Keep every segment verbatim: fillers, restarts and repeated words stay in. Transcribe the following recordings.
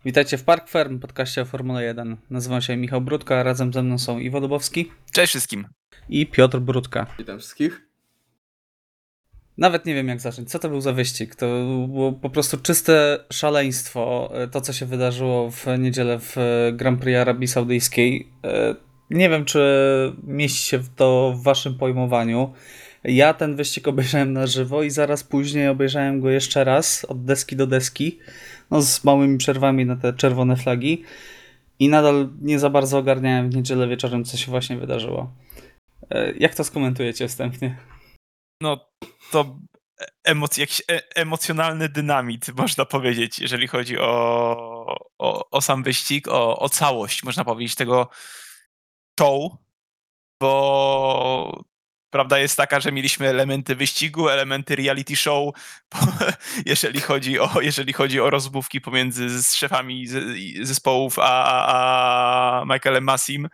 Witajcie w Park Ferm, podcaście o Formule jeden. Nazywam się Michał Brudka, a razem ze mną są Iwo Dubowski Cześć wszystkim. i Piotr Brudka. Witam wszystkich. Nawet nie wiem jak zacząć. Co to był za wyścig? To było po prostu czyste szaleństwo. To, co się wydarzyło w niedzielę w Grand Prix Arabii Saudyjskiej. Nie wiem, czy mieści się to w waszym pojmowaniu. Ja ten wyścig obejrzałem na żywo i zaraz później obejrzałem go jeszcze raz od deski do deski. No, z małymi przerwami na te czerwone flagi. I nadal nie za bardzo ogarniałem w niedzielę wieczorem, co się właśnie wydarzyło. Jak to skomentujecie wstępnie? No to emoc- jakiś e- emocjonalny dynamit, można powiedzieć, jeżeli chodzi o, o, o sam wyścig, o, o całość, można powiedzieć, tego show, bo prawda jest taka, że mieliśmy elementy wyścigu, elementy reality show, jeżeli chodzi o, jeżeli chodzi o rozmówki pomiędzy z szefami zespołów a, a, a Michaelem Masim.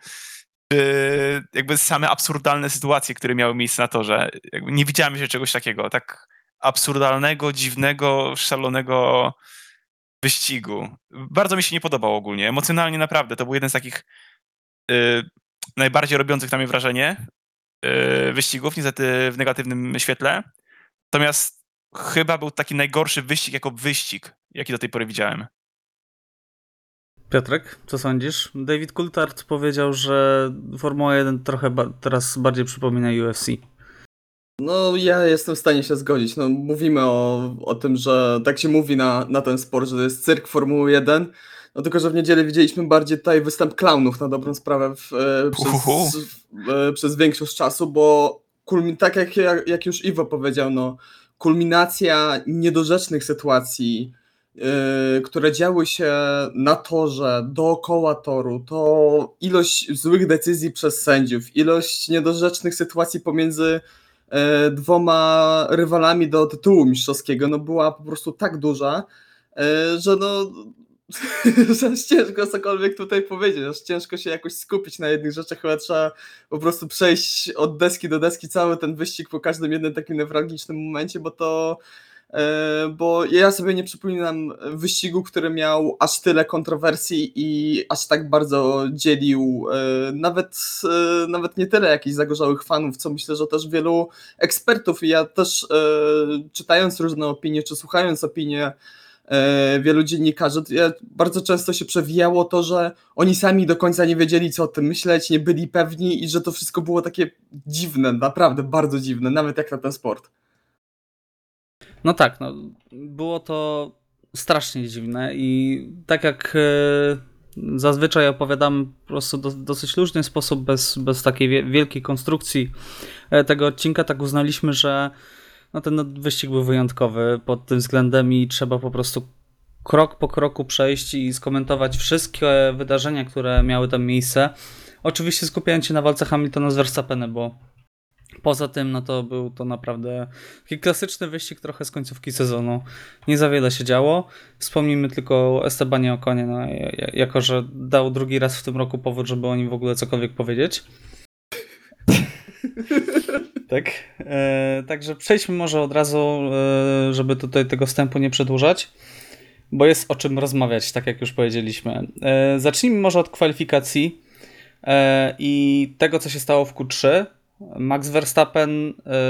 Jakby same absurdalne sytuacje, które miały miejsce na torze. Jakby nie widziałem jeszcze czegoś takiego, tak absurdalnego, dziwnego, szalonego wyścigu. Bardzo mi się nie podobał ogólnie. Emocjonalnie naprawdę. To był jeden z takich y, najbardziej robiących na mnie wrażenie y, wyścigów, niestety w negatywnym świetle. Natomiast chyba był taki najgorszy wyścig jako wyścig, jaki do tej pory widziałem. Piotrek, co sądzisz? David Coulthard powiedział, że Formuła jeden trochę ba- teraz bardziej przypomina U F C. No ja jestem w stanie się zgodzić. No, mówimy o, o tym, że tak się mówi na, na ten sport, że to jest cyrk Formuły jeden. No tylko, że w niedzielę widzieliśmy bardziej tutaj występ klaunów na dobrą sprawę w, e, przez, e, przez większość czasu, bo kulmi- tak jak, jak, jak już Iwo powiedział, no kulminacja niedorzecznych sytuacji, e, które działy się na torze, dookoła toru, to ilość złych decyzji przez sędziów, ilość niedorzecznych sytuacji pomiędzy e, dwoma rywalami do tytułu mistrzowskiego, no była po prostu tak duża, e, że no że aż ciężko cokolwiek tutaj powiedzieć, aż ciężko się jakoś skupić na jednych rzeczach, chyba trzeba po prostu przejść od deski do deski cały ten wyścig po każdym jednym takim newralgicznym momencie, bo to e, bo ja sobie nie przypominam wyścigu, który miał aż tyle kontrowersji i aż tak bardzo dzielił e, nawet, e, nawet nie tyle jakichś zagorzałych fanów, co myślę, że też wielu ekspertów i ja też e, czytając różne opinie, czy słuchając opinie e, wielu dziennikarzy, to ja bardzo często się przewijało to, że oni sami do końca nie wiedzieli, co o tym myśleć, nie byli pewni i że to wszystko było takie dziwne, naprawdę bardzo dziwne, nawet jak na ten sport. No tak, no, było to strasznie dziwne i tak jak e, zazwyczaj opowiadam po prostu do, dosyć luźny sposób, bez, bez takiej wie, wielkiej konstrukcji e, tego odcinka, tak uznaliśmy, że no, ten wyścig był wyjątkowy pod tym względem i trzeba po prostu krok po kroku przejść i skomentować wszystkie wydarzenia, które miały tam miejsce. Oczywiście skupiając się na walce Hamiltona z Verstappenem, bo poza tym, no to był to naprawdę taki klasyczny wyścig trochę z końcówki sezonu. Nie za wiele się działo. Wspomnijmy tylko o Estebanie Oconie, no, jako że dał drugi raz w tym roku powód, żeby o nim w ogóle cokolwiek powiedzieć. Tak. E, także przejdźmy może od razu, e, żeby tutaj tego wstępu nie przedłużać, bo jest o czym rozmawiać, tak jak już powiedzieliśmy. E, zacznijmy może od kwalifikacji e, i tego, co się stało w Q trzy. Max Verstappen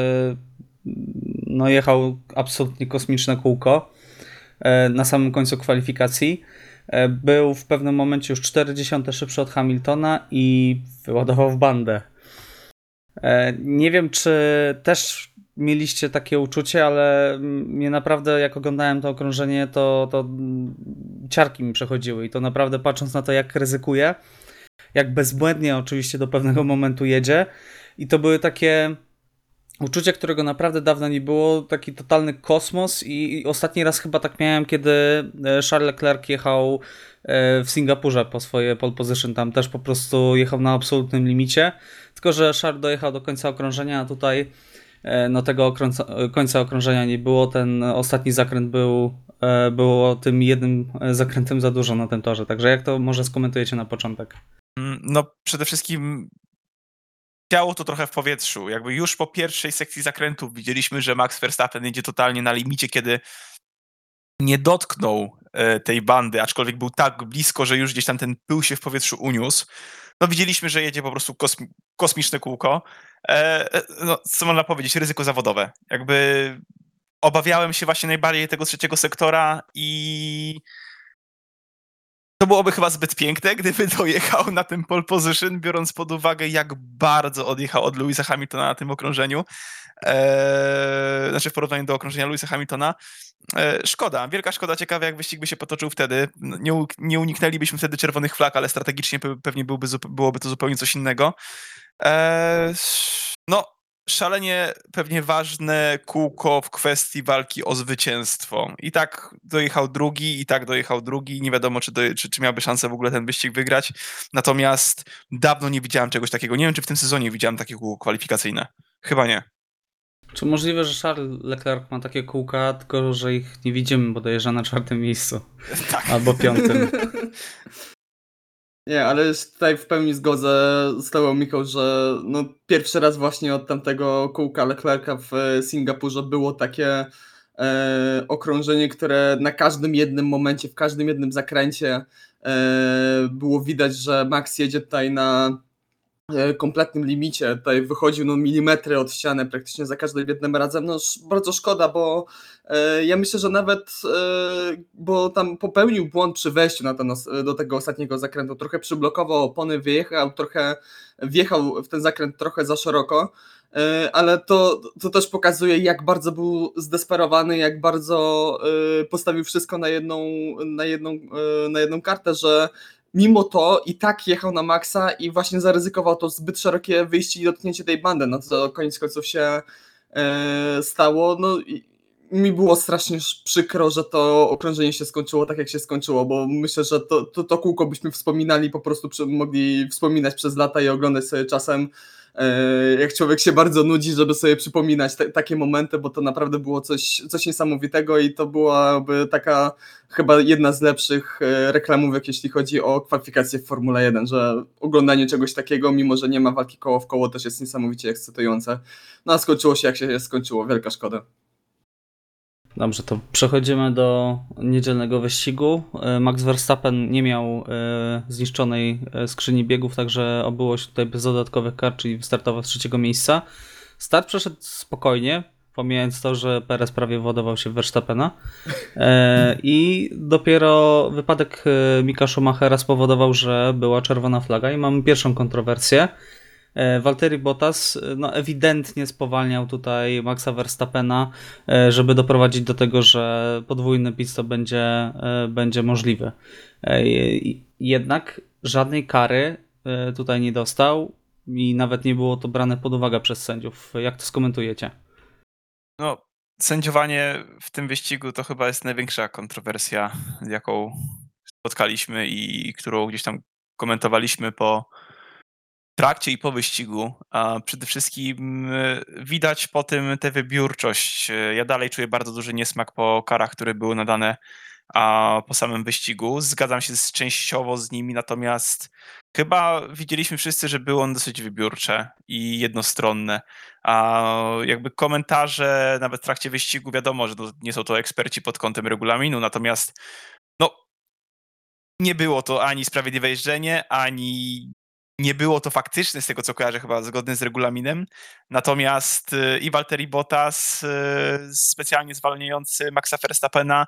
no jechał absolutnie kosmiczne kółko na samym końcu kwalifikacji. Był w pewnym momencie już czterdzieści szybszy od Hamiltona i wyładował w bandę. Nie wiem, czy też mieliście takie uczucie, ale mnie naprawdę, jak oglądałem to okrążenie, to, to ciarki mi przechodziły i to naprawdę patrząc na to, jak ryzykuje, jak bezbłędnie oczywiście do pewnego momentu jedzie. I to były takie uczucie, którego naprawdę dawno nie było, taki totalny kosmos i, i ostatni raz chyba tak miałem, kiedy Charles Leclerc jechał w Singapurze po swoje pole position, tam też po prostu jechał na absolutnym limicie, tylko że Charles dojechał do końca okrążenia, a tutaj no tego okrąca, końca okrążenia nie było, ten ostatni zakręt był było tym jednym zakrętem za dużo na tym torze, także jak to może skomentujecie na początek? No przede wszystkim działo to trochę w powietrzu. Jakby już po pierwszej sekcji zakrętów widzieliśmy, że Max Verstappen jedzie totalnie na limicie, kiedy nie dotknął e, tej bandy, aczkolwiek był tak blisko, że już gdzieś tam ten pył się w powietrzu uniósł. No widzieliśmy, że jedzie po prostu kosmi- kosmiczne kółko. E, e, no, co można powiedzieć, ryzyko zawodowe. Jakby obawiałem się właśnie najbardziej tego trzeciego sektora i to byłoby chyba zbyt piękne, gdyby dojechał na ten pole position, biorąc pod uwagę, jak bardzo odjechał od Lewisa Hamiltona na tym okrążeniu. Eee, znaczy w porównaniu do okrążenia Lewisa Hamiltona. Eee, szkoda, wielka szkoda, ciekawe jak wyścig by się potoczył wtedy. Nie, u- nie uniknęlibyśmy wtedy czerwonych flag, ale strategicznie pe- pewnie byłby, zup- byłoby to zupełnie coś innego. Eee, no, szalenie pewnie ważne kółko w kwestii walki o zwycięstwo. I tak dojechał drugi, i tak dojechał drugi. Nie wiadomo, czy, do, czy, czy miałby szansę w ogóle ten wyścig wygrać. Natomiast dawno nie widziałem czegoś takiego. Nie wiem, czy w tym sezonie widziałem takie kółko kwalifikacyjne. Chyba nie. Czy możliwe, że Charles Leclerc ma takie kółka, tylko że ich nie widzimy, bo dojeżdża na czwartym miejscu. Tak. Albo piątym. Nie, ale już tutaj w pełni zgodzę z tobą, Michał, że no pierwszy raz właśnie od tamtego kółka Leclerca w Singapurze było takie e, okrążenie, które na każdym jednym momencie, w każdym jednym zakręcie e, było widać, że Max jedzie tutaj na e, kompletnym limicie, tutaj wychodził no milimetry od ściany praktycznie za każdym jednym razem, no sz- bardzo szkoda, bo e, ja myślę, że nawet, e, bo tam popełnił błąd przy wejściu na ten, os- do tego ostatniego zakrętu, trochę przyblokował opony, wyjechał trochę, wjechał w ten zakręt trochę za szeroko, e, ale to, to też pokazuje, jak bardzo był zdesperowany, jak bardzo e, postawił wszystko na jedną, na jedną, e, na jedną kartę, że mimo to i tak jechał na maksa i właśnie zaryzykował to zbyt szerokie wyjście i dotknięcie tej bandy, no to koniec końców się e, stało. No i mi było strasznie sz- przykro, że to okrążenie się skończyło tak, jak się skończyło, bo myślę, że to, to, to kółko byśmy wspominali, po prostu przy, mogli wspominać przez lata i oglądać sobie czasem, e, jak człowiek się bardzo nudzi, żeby sobie przypominać te, takie momenty, bo to naprawdę było coś, coś niesamowitego i to byłaby taka chyba jedna z lepszych e, reklamówek, jeśli chodzi o kwalifikacje w Formule jeden, że oglądanie czegoś takiego, mimo że nie ma walki koło w koło, też jest niesamowicie ekscytujące. No a skończyło się jak się skończyło, wielka szkoda. Dobrze, to przechodzimy do niedzielnego wyścigu. E, Max Verstappen nie miał e, zniszczonej e, skrzyni biegów, także obyło się tutaj bez dodatkowych kar, czyli wystartował z trzeciego miejsca. Start przeszedł spokojnie, pomijając to, że Perez prawie władował się w Verstappena. E, I dopiero wypadek e, Mika Schumachera spowodował, że była czerwona flaga i mamy pierwszą kontrowersję. E, Valtteri Bottas e, no, ewidentnie spowalniał tutaj Maxa Verstappena, e, żeby doprowadzić do tego, że podwójny pit stop będzie, e, będzie możliwy. E, i- Jednak żadnej kary e, tutaj nie dostał i nawet nie było to brane pod uwagę przez sędziów. Jak to skomentujecie? No, sędziowanie w tym wyścigu to chyba jest największa kontrowersja, z jaką spotkaliśmy i którą gdzieś tam komentowaliśmy po trakcie i po wyścigu. A przede wszystkim e, widać po tym tę wybiórczość. E, Ja dalej czuję bardzo duży niesmak po karach, które były nadane a po samym wyścigu. Zgadzam się z, częściowo z nimi, natomiast chyba widzieliśmy wszyscy, że było on dosyć wybiórcze i jednostronne. A jakby komentarze nawet w trakcie wyścigu, wiadomo, że to nie są to eksperci pod kątem regulaminu, natomiast no, nie było to ani sprawiedliwe jeżdżenie, ani nie było to faktyczne, z tego co kojarzę, chyba zgodne z regulaminem. Natomiast y, i Valtteri Bottas, y, specjalnie zwalniający Maxa Verstappena,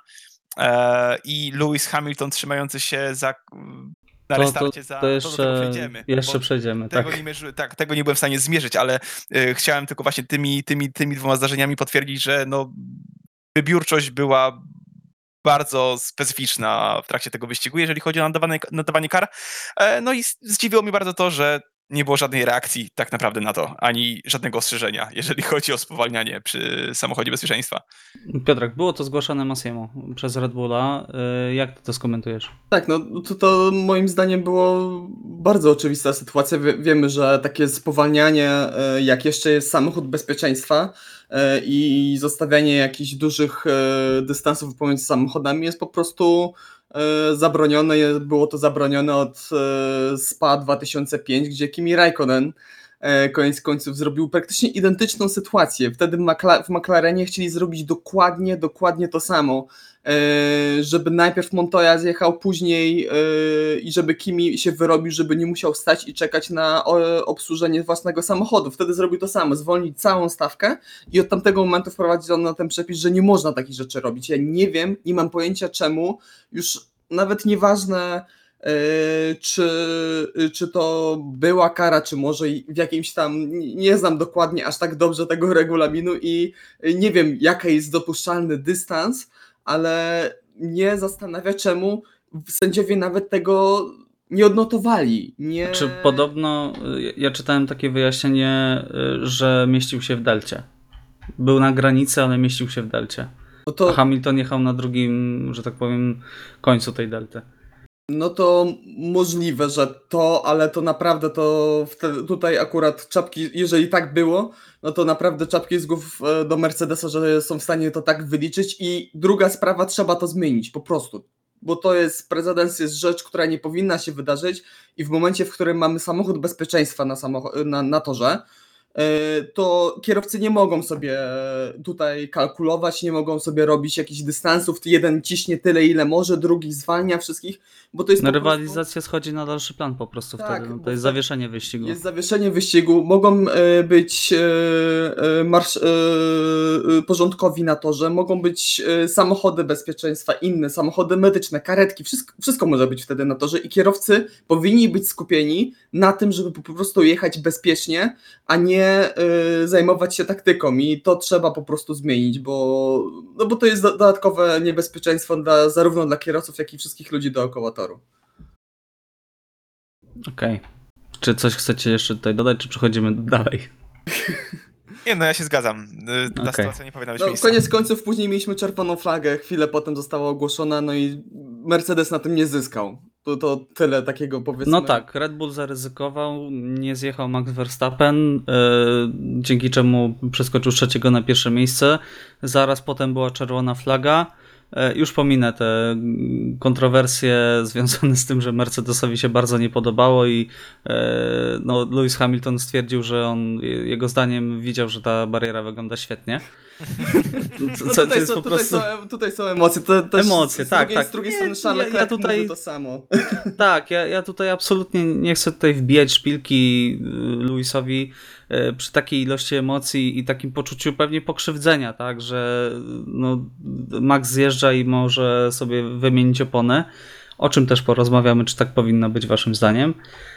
e, i Lewis Hamilton trzymający się za, na To, to, restarcie za... to do tego jeszcze, przejdziemy. jeszcze bo przejdziemy. tego, Tak. nie mierzy, tak, tego nie byłem w stanie zmierzyć, ale y, chciałem tylko właśnie tymi, tymi, tymi dwoma zdarzeniami potwierdzić, że no, wybiórczość była bardzo specyficzna w trakcie tego wyścigu, jeżeli chodzi o nadawanie, nadawanie kar. E, No i s- zdziwiło mnie bardzo to, że nie było żadnej reakcji tak naprawdę na to, ani żadnego ostrzeżenia, jeżeli chodzi o spowalnianie przy samochodzie bezpieczeństwa. Piotrek, było to zgłaszane Massiemu przez Red Bulla. Y, Jak ty to skomentujesz? Tak, no to, to moim zdaniem było bardzo oczywista sytuacja. Wie, wiemy, że takie spowalnianie, e, jak jeszcze jest samochód bezpieczeństwa e, i zostawianie jakichś dużych e, dystansów pomiędzy samochodami jest po prostu e, zabronione. Je- Było to zabronione od e, SPA dwa tysiące pięć, gdzie Kimi Raikkonen e, koniec końców zrobił praktycznie identyczną sytuację. Wtedy Makla- w McLarenie chcieli zrobić dokładnie, dokładnie to samo. żeby najpierw Montoya zjechał, później i żeby Kimi się wyrobił, żeby nie musiał wstać i czekać na obsłużenie własnego samochodu. Wtedy zrobił to samo, zwolnić całą stawkę i od tamtego momentu wprowadził na ten przepis, że nie można takich rzeczy robić. Ja nie wiem, nie mam pojęcia czemu, już nawet nieważne Czy, czy to była kara, czy może w jakimś tam, nie znam dokładnie aż tak dobrze tego regulaminu i nie wiem, jaki jest dopuszczalny dystans, ale mnie zastanawia, czemu sędziowie nawet tego nie odnotowali. Nie... Czy podobno, ja czytałem takie wyjaśnienie, że mieścił się w delcie. Był na granicy, ale mieścił się w delcie. No to... A Hamilton jechał na drugim, że tak powiem, końcu tej delty. No to możliwe, że to, ale to naprawdę to wtedy, tutaj akurat czapki, jeżeli tak było, no to naprawdę czapki z głów do Mercedesa, że są w stanie to tak wyliczyć. I druga sprawa, trzeba to zmienić po prostu, bo to jest, precedens jest rzecz, która nie powinna się wydarzyć i w momencie, w którym mamy samochód bezpieczeństwa na, samoch- na, na torze, to kierowcy nie mogą sobie tutaj kalkulować, nie mogą sobie robić jakichś dystansów, jeden ciśnie tyle, ile może, drugi zwalnia wszystkich, bo to jest no po rywalizacja prostu... schodzi na dalszy plan po prostu tak, wtedy, no to jest zawieszenie wyścigu. Jest zawieszenie wyścigu, mogą być marsz, porządkowi na torze, mogą być samochody bezpieczeństwa, inne, samochody medyczne, karetki, wszystko, wszystko może być wtedy na torze i kierowcy powinni być skupieni na tym, żeby po prostu jechać bezpiecznie, a nie zajmować się taktyką i to trzeba po prostu zmienić, bo, no bo to jest dodatkowe niebezpieczeństwo dla, zarówno dla kierowców, jak i wszystkich ludzi dookoła toru. Okej. Okay. Czy coś chcecie jeszcze tutaj dodać, czy przechodzimy dalej? Nie, no ja się zgadzam. Ta okay. sytuacja nie powinna być no, miejsca. Koniec końców później mieliśmy czerwoną flagę, chwilę potem została ogłoszona, no i Mercedes na tym nie zyskał. To, to tyle takiego, powiedzmy. No tak, Red Bull zaryzykował, nie zjechał Max Verstappen, yy, dzięki czemu przeskoczył z trzeciego na pierwsze miejsce. Zaraz potem była czerwona flaga. Już pominę te kontrowersje związane z tym, że Mercedesowi się bardzo nie podobało i no, Lewis Hamilton stwierdził, że on, jego zdaniem, widział, że ta bariera wygląda świetnie. Co, no tutaj, jest są, po prostu... tutaj, są, tutaj są emocje. To, to emocje, z tak, drugiej, tak. Z drugiej nie, strony Charles ja, ja tutaj to samo. Tak, ja, ja tutaj absolutnie nie chcę tutaj wbijać szpilki Lewisowi przy takiej ilości emocji i takim poczuciu pewnie pokrzywdzenia, tak, że no, Max zjeżdża i może sobie wymienić opony, o czym też porozmawiamy, czy tak powinno być waszym zdaniem.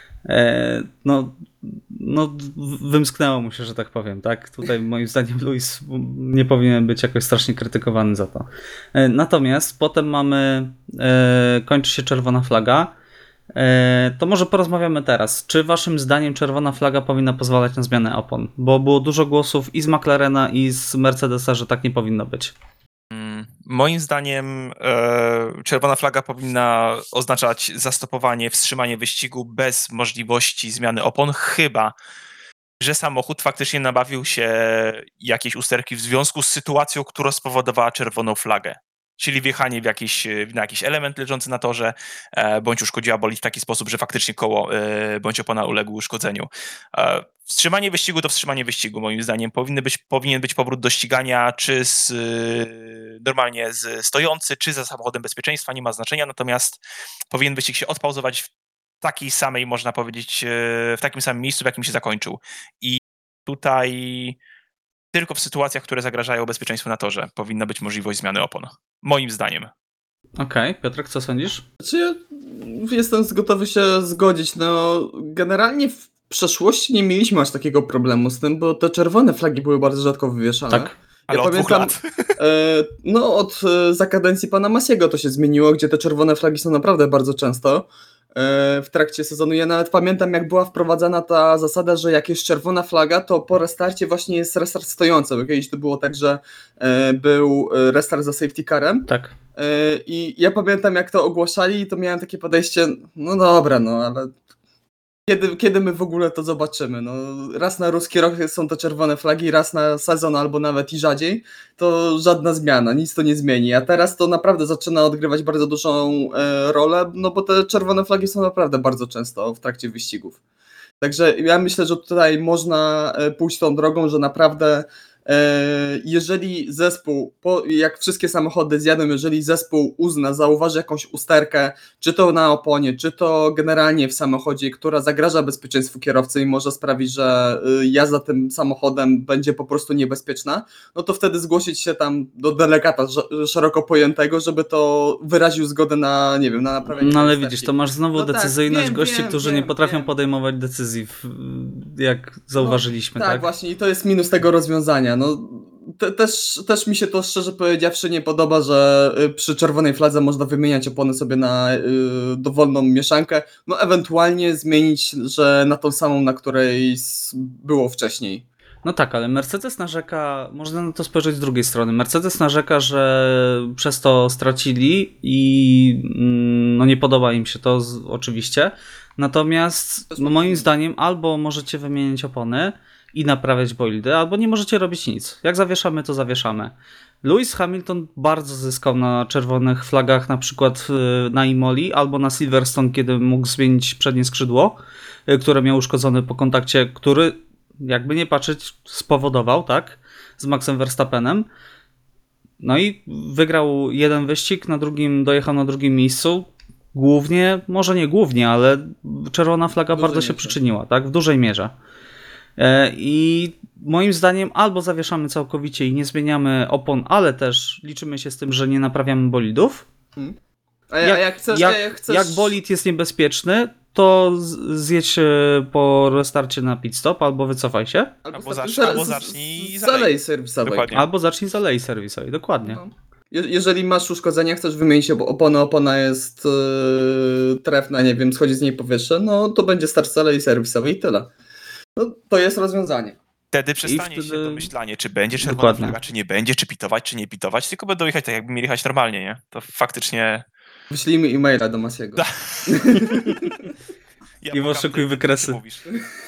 No, no wymsknęło mu się, że tak powiem, tak? Tutaj moim zdaniem Lewis nie powinien być jakoś strasznie krytykowany za to. Natomiast potem mamy, kończy się czerwona flaga. To może porozmawiamy teraz. Czy waszym zdaniem czerwona flaga powinna pozwalać na zmianę opon? Bo było dużo głosów i z McLarena, i z Mercedesa, że tak nie powinno być. Moim zdaniem e, czerwona flaga powinna oznaczać zastopowanie, wstrzymanie wyścigu bez możliwości zmiany opon, chyba że samochód faktycznie nabawił się jakiejś usterki w związku z sytuacją, która spowodowała czerwoną flagę. Czyli wjechanie w jakiś, na jakiś element leżący na torze, e, bądź uszkodziła bolid w taki sposób, że faktycznie koło e, bądź opona uległy uszkodzeniu. E, wstrzymanie wyścigu to wstrzymanie wyścigu, moim zdaniem. Powinny być, powinien być powrót do ścigania, czy z, e, normalnie z stojący, czy za samochodem bezpieczeństwa, nie ma znaczenia, natomiast powinien wyścig się odpauzować w takiej samej, można powiedzieć, e, w takim samym miejscu, w jakim się zakończył. I tutaj tylko w sytuacjach, które zagrażają bezpieczeństwu na torze, powinna być możliwość zmiany opon. Moim zdaniem. Okej, okay. Piotrek, co sądzisz? Znaczy ja jestem gotowy się zgodzić. No, generalnie w przeszłości nie mieliśmy aż takiego problemu z tym, bo te czerwone flagi były bardzo rzadko wywieszane. Tak, ale ja od pamiętam, dwóch lat. E, no od za kadencji pana Masiego to się zmieniło, gdzie te czerwone flagi są naprawdę bardzo często w trakcie sezonu. Ja nawet pamiętam, jak była wprowadzana ta zasada, że jak jest czerwona flaga, to po restarcie właśnie jest restart stojący, bo kiedyś to było tak, że był restart za safety carem. Tak. I ja pamiętam, jak to ogłaszali, to miałem takie podejście, no dobra, no ale kiedy, kiedy my w ogóle to zobaczymy? No, raz na ruski rok są to czerwone flagi, raz na sezon albo nawet i rzadziej, to żadna zmiana, nic to nie zmieni. A teraz to naprawdę zaczyna odgrywać bardzo dużą e, rolę, no bo te czerwone flagi są naprawdę bardzo często w trakcie wyścigów. Także ja myślę, że tutaj można pójść tą drogą, że naprawdę Jeżeli zespół, jak wszystkie samochody zjadą, jeżeli zespół uzna, zauważy jakąś usterkę, czy to na oponie, czy to generalnie w samochodzie, która zagraża bezpieczeństwu kierowcy i może sprawić, że jazda tym samochodem będzie po prostu niebezpieczna, no to wtedy zgłosić się tam do delegata szeroko pojętego, żeby to wyraził zgodę na, nie wiem, na naprawienie. No ale usterki. widzisz, to masz znowu No tak, decyzyjność wiem, gości, wiem, którzy wiem, nie potrafią wiem. podejmować decyzji, w, jak zauważyliśmy, no, tak? Tak, właśnie i to jest minus tego rozwiązania. No, te, też, też mi się to szczerze powiedziawszy nie podoba, że y, przy czerwonej fladze można wymieniać opony sobie na y, dowolną mieszankę, no ewentualnie zmienić, że na tą samą, na której s- było wcześniej. No tak, ale Mercedes narzeka, można na to spojrzeć z drugiej strony. Mercedes narzeka, że przez to stracili i mm, no nie podoba im się to z, oczywiście. Natomiast no moim zdaniem albo możecie wymienić opony i naprawiać bolide, albo nie możecie robić nic. Jak zawieszamy, to zawieszamy. Lewis Hamilton bardzo zyskał na czerwonych flagach, na przykład y, na Imoli albo na Silverstone, kiedy mógł zmienić przednie skrzydło, y, które miał uszkodzone po kontakcie, który jakby nie patrzeć, spowodował, tak, z Maxem Verstappenem. No i wygrał jeden wyścig, na drugim dojechał na drugim miejscu. Głównie, może nie głównie, ale czerwona flaga bardzo mierze. się przyczyniła, tak, w dużej mierze. E, I moim zdaniem albo zawieszamy całkowicie i nie zmieniamy opon, ale też liczymy się z tym, że nie naprawiamy bolidów. A ja, Jak, jak, chcesz, jak, jak chcesz... jak bolid jest niebezpieczny, to z- zjedź e, po restarcie na pit stop albo wycofaj się, Albo sta- zacz- za- albo z- zacznij z- zalej. zalej serwisowej. Dokładnie. albo zacznij z alei serwisowej, dokładnie. No. Je- Jeżeli masz uszkodzenia, chcesz wymienić op- oponę, opona jest yy, trefna, nie wiem, schodzi z niej powietrze, no to będzie start z alei serwisowej i tyle. No, to jest rozwiązanie. Wtedy przestanie wtedy- się domyślanie, czy będzie czerwona Dokładnie. flaga, czy nie będzie, czy pitować, czy nie pitować, tylko będą jechać tak, jakby mieli jechać normalnie, nie? To faktycznie... Wyślijmy e-maila do Masiego. Da. Ja I pukam, oszukuj ty- ty- ty wykresy. mówisz.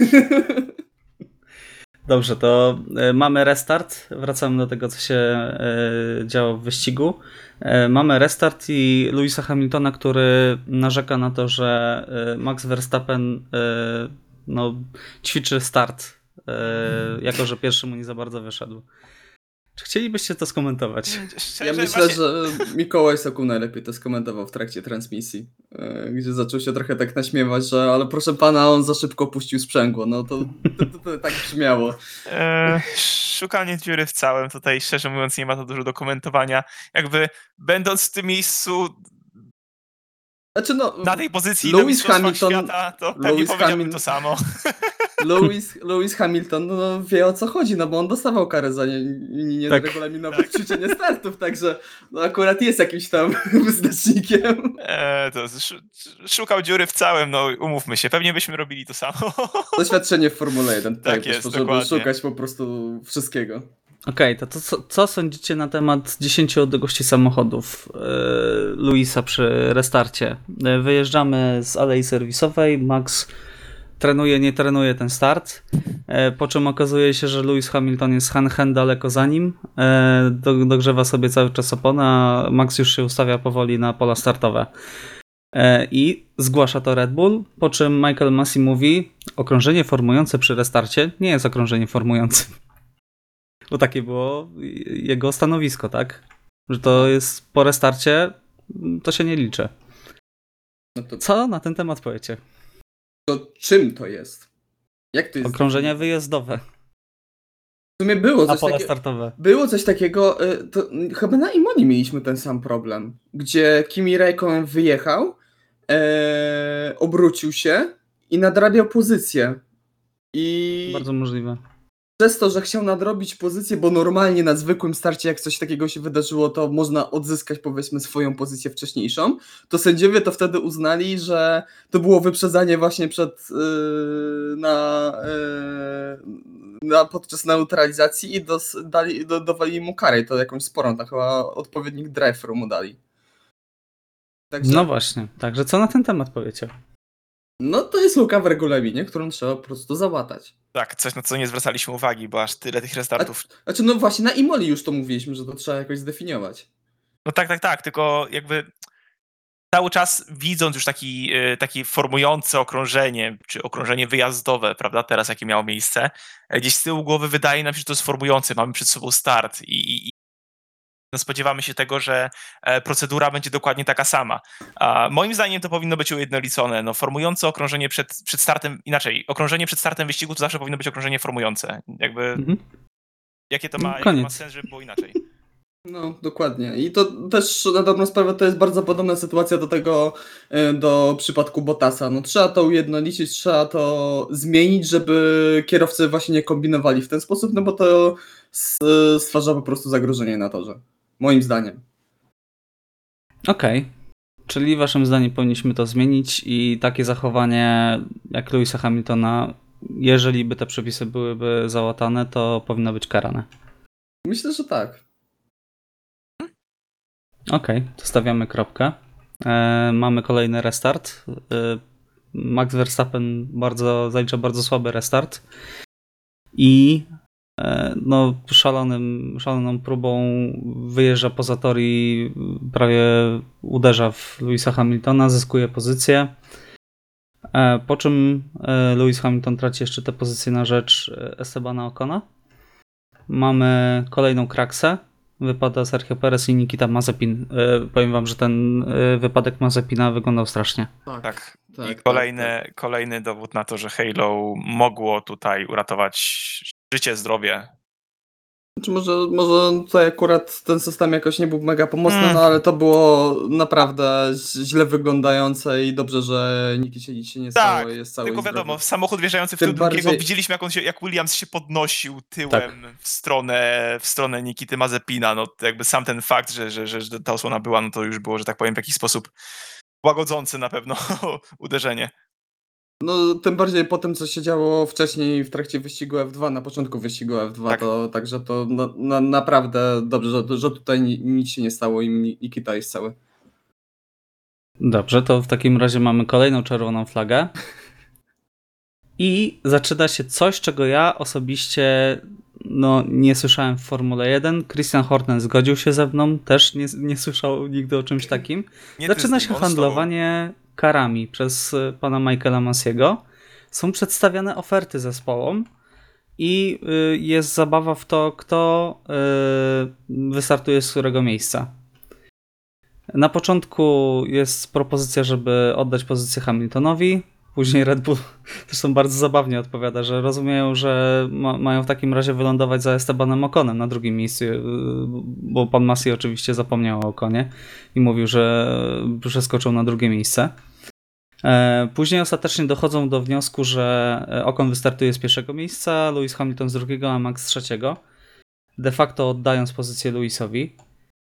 Dobrze, to e, mamy restart. Wracamy do tego, co się e, działo w wyścigu. E, mamy restart i Lewisa Hamiltona, który narzeka na to, że e, Max Verstappen e, no, ćwiczy start, e, jako że pierwszy mu nie za bardzo wyszedł. Czy chcielibyście to skomentować? Szczerze, Ja myślę, właśnie- że Mikołaj Sokół najlepiej to skomentował w trakcie transmisji, e, gdzie zaczął się trochę tak naśmiewać, że ale proszę pana, on za szybko puścił sprzęgło. No to, to, to, to tak brzmiało. E, szukanie dziury w całym, tutaj szczerze mówiąc nie ma to dużo do komentowania. Jakby będąc w tym miejscu, Znaczy no, na tej pozycji Lewis do mistrzostwa Hamilton- świata, to pewnie Lewis powiedziałbym Hamil- to samo. Lewis, Lewis Hamilton no, wie o co chodzi, no bo on dostawał karę za nieregulaminowe nie, Tak. nie ćwiczenie startów, także no, akurat jest jakimś tam wyznacznikiem. E, to sz, szukał dziury w całym, no umówmy się, pewnie byśmy robili to samo. Doświadczenie w Formule jeden tutaj Tak jest, wyszło, żeby dokładnie. szukać po prostu wszystkiego. Okej, to, to co, co sądzicie na temat dziesięciu odległości samochodów e, Luisa przy restarcie? E, wyjeżdżamy z alei serwisowej, Max trenuje, nie trenuje ten start, e, po czym okazuje się, że Lewis Hamilton jest hen hen daleko za nim, e, do, dogrzewa sobie cały czas opona, a Max już się ustawia powoli na pola startowe. E, I zgłasza to Red Bull, po czym Michael Masi mówi: okrążenie formujące przy restarcie nie jest okrążeniem formującym. Bo takie było jego stanowisko, tak? Że to jest po restarcie, to się nie liczy. No to, Co na ten temat powiecie? to czym to jest? Jak to jest? Okrążenia wyjazdowe, W sumie było a coś, pole takie, startowe. było coś takiego, y, to y, chyba na Imoli mieliśmy ten sam problem, gdzie Kimi Räikkönen wyjechał, e, obrócił się i nadrabiał pozycję. I Bardzo możliwe. przez to, że chciał nadrobić pozycję, bo normalnie na zwykłym starcie, jak coś takiego się wydarzyło, to można odzyskać powiedzmy swoją pozycję wcześniejszą, to sędziowie to wtedy uznali, że to było wyprzedzanie właśnie przed yy, na, yy, na podczas neutralizacji i dos, dali, do, dowalili mu karę, i to jakąś sporą, tak chyba odpowiednik drive-thru mu dali. Także, No właśnie, także co na ten temat powiecie? no to jest luka w regulaminie, którą trzeba po prostu załatać. Tak, coś na co nie zwracaliśmy uwagi, bo aż tyle tych restartów. Znaczy no właśnie na Imoli już to mówiliśmy, że to trzeba jakoś zdefiniować. No tak, tak, tak, tylko jakby cały czas widząc już taki, e, takie formujące okrążenie, czy okrążenie wyjazdowe, prawda, teraz jakie miało miejsce, e, gdzieś z tyłu głowy wydaje nam się, że to jest formujące, mamy przed sobą start i, i no spodziewamy się tego, że e, procedura będzie dokładnie taka sama. A moim zdaniem to powinno być ujednolicone. No, formujące okrążenie przed, przed startem, inaczej, okrążenie przed startem wyścigu to zawsze powinno być okrążenie formujące. Jakby, Mhm. jakie to ma, jaki to Koniec. ma sens, żeby było inaczej. No, dokładnie. I to też na dobrą sprawę to jest bardzo podobna sytuacja do tego, e, do przypadku Bottasa. No trzeba to ujednolicić, trzeba to zmienić, żeby kierowcy właśnie nie kombinowali w ten sposób, no bo to s- stwarza po prostu zagrożenie na torze. Moim zdaniem. Okej. Czyli waszym zdaniem powinniśmy to zmienić i takie zachowanie jak Lewisa Hamiltona, jeżeli by te przepisy byłyby załatane, to powinno być karane. Myślę, że tak. Okej, to stawiamy kropkę. E, mamy kolejny restart. E, Max Verstappen bardzo, zalicza bardzo słaby restart i e, no, szalonym, szaloną próbą wyjeżdża poza tor i prawie uderza w Lewisa Hamiltona, zyskuje pozycję. E, po czym e, Lewis Hamilton traci jeszcze tę pozycję na rzecz Estebana Ocona. Mamy kolejną kraksę. Wypada Sergio Perez i Nikita Mazepin. E, powiem wam, że ten e, wypadek Mazepina wyglądał strasznie. Tak. Tak, I tak, kolejny, tak. kolejny dowód na to, że Halo mogło tutaj uratować życie, zdrowie. Czy może, może tutaj akurat ten system jakoś nie był mega pomocny, Mm. no ale to było naprawdę źle wyglądające i dobrze, że nikt się nic się nie stało Tak, i jest cały tylko i zdrowy. wiadomo, samochód wjeżdżający w Tym tył drugiego, bardziej- widzieliśmy jak, on się, jak Williams się podnosił tyłem Tak. w stronę w stronę Nikity Mazepina. No to jakby sam ten fakt, że, że, że, że ta osłona była, no to już było, że tak powiem, w jakiś sposób łagodzący na pewno uderzenie. No, tym bardziej po tym, co się działo wcześniej w trakcie wyścigu F dwa, na początku wyścigu F dwa, Tak. to także to no, na, naprawdę dobrze, że, że tutaj ni, nic się nie stało i Nikita jest cały. Dobrze, to w takim razie mamy kolejną czerwoną flagę. I zaczyna się coś, czego ja osobiście no, nie słyszałem w Formule jeden. Christian Horner zgodził się ze mną, też nie, nie słyszał nigdy o czymś takim. Nie ty Zaczyna z nim, się on z tobą. handlowanie karami przez y, pana Michaela Masiego. Są przedstawiane oferty zespołom i y, jest zabawa w to, kto y, wystartuje z którego miejsca. Na początku jest propozycja, żeby oddać pozycję Hamiltonowi. Później Red Bull zresztą bardzo zabawnie odpowiada, że rozumieją, że ma, mają w takim razie wylądować za Estebanem Oconem na drugim miejscu, yy, bo pan Masi oczywiście zapomniał o Oconie i mówił, że przeskoczył na drugie miejsce. E, Później ostatecznie dochodzą do wniosku, że Ocon wystartuje z pierwszego miejsca, Lewis Hamilton z drugiego, a Max z trzeciego. De facto oddając pozycję Lewisowi.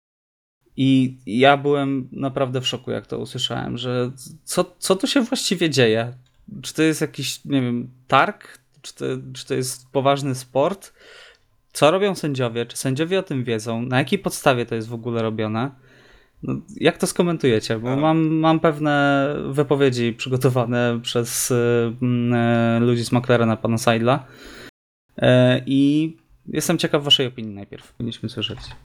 I ja byłem naprawdę w szoku, jak to usłyszałem, że co, co tu się właściwie dzieje? Czy to jest jakiś, nie wiem, targ? Czy to, czy to jest poważny sport? Co robią sędziowie? Czy sędziowie o tym wiedzą? Na jakiej podstawie to jest w ogóle robione? No, jak to skomentujecie? Bo A. mam, mam pewne wypowiedzi przygotowane przez y, y, ludzi z McLarena, pana Seidla. Y, I jestem ciekaw waszej opinii najpierw. Powinniśmy słyszeć.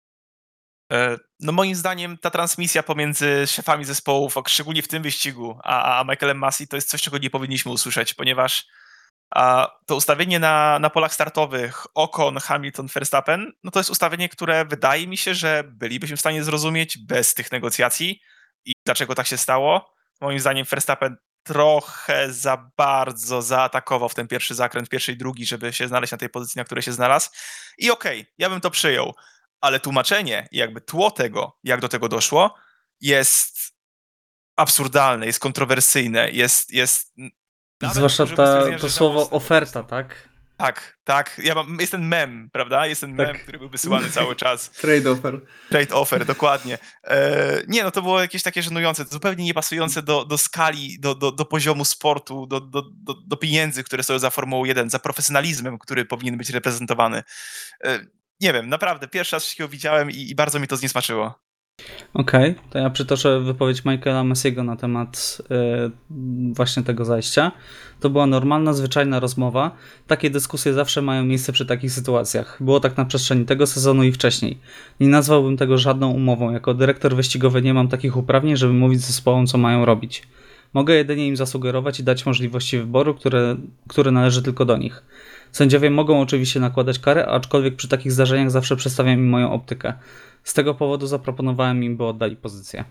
E, No moim zdaniem ta transmisja pomiędzy szefami zespołów, szczególnie w tym wyścigu, a, a Michaelem Masi to jest coś, czego nie powinniśmy usłyszeć, ponieważ a, to ustawienie na, na polach startowych Ocon, Hamilton, Verstappen, no to jest ustawienie, które wydaje mi się, że bylibyśmy w stanie zrozumieć bez tych negocjacji i dlaczego tak się stało. Moim zdaniem Verstappen trochę za bardzo zaatakował w ten pierwszy zakręt, pierwszy i drugi, żeby się znaleźć na tej pozycji, na której się znalazł. I okej, okay, ja bym to przyjął. Ale tłumaczenie i jakby tło tego, jak do tego doszło, jest absurdalne, jest kontrowersyjne, jest... jest nawet Zwłaszcza użyłbym ta, stwierdzenia, to że słowo żałosne po oferta, prostu. tak? Tak, tak. Ja mam, jest ten mem, prawda? Jest ten mem, Tak. który był wysyłany cały czas. Trade offer. Trade offer, dokładnie. E, nie, no to było jakieś takie żenujące, zupełnie niepasujące do, do skali, do, do, do poziomu sportu, do, do, do, do pieniędzy, które stoją za Formułą jeden, za profesjonalizmem, który powinien być reprezentowany. E, nie wiem, naprawdę, pierwszy raz wszystkiego widziałem i, i bardzo mi to zniesmaczyło. Okej, okay, to ja przytoczę wypowiedź Michaela Messiego na temat yy, właśnie tego zajścia. To była normalna, zwyczajna rozmowa. Takie dyskusje zawsze mają miejsce przy takich sytuacjach. Było tak na przestrzeni tego sezonu i wcześniej. Nie nazwałbym tego żadną umową. Jako dyrektor wyścigowy nie mam takich uprawnień, żeby mówić zespołom, co mają robić. Mogę jedynie im zasugerować i dać możliwości wyboru, które, które należy tylko do nich. Sędziowie mogą oczywiście nakładać kary, aczkolwiek przy takich zdarzeniach zawsze przedstawiam im moją optykę. Z tego powodu zaproponowałem im, by oddali pozycję.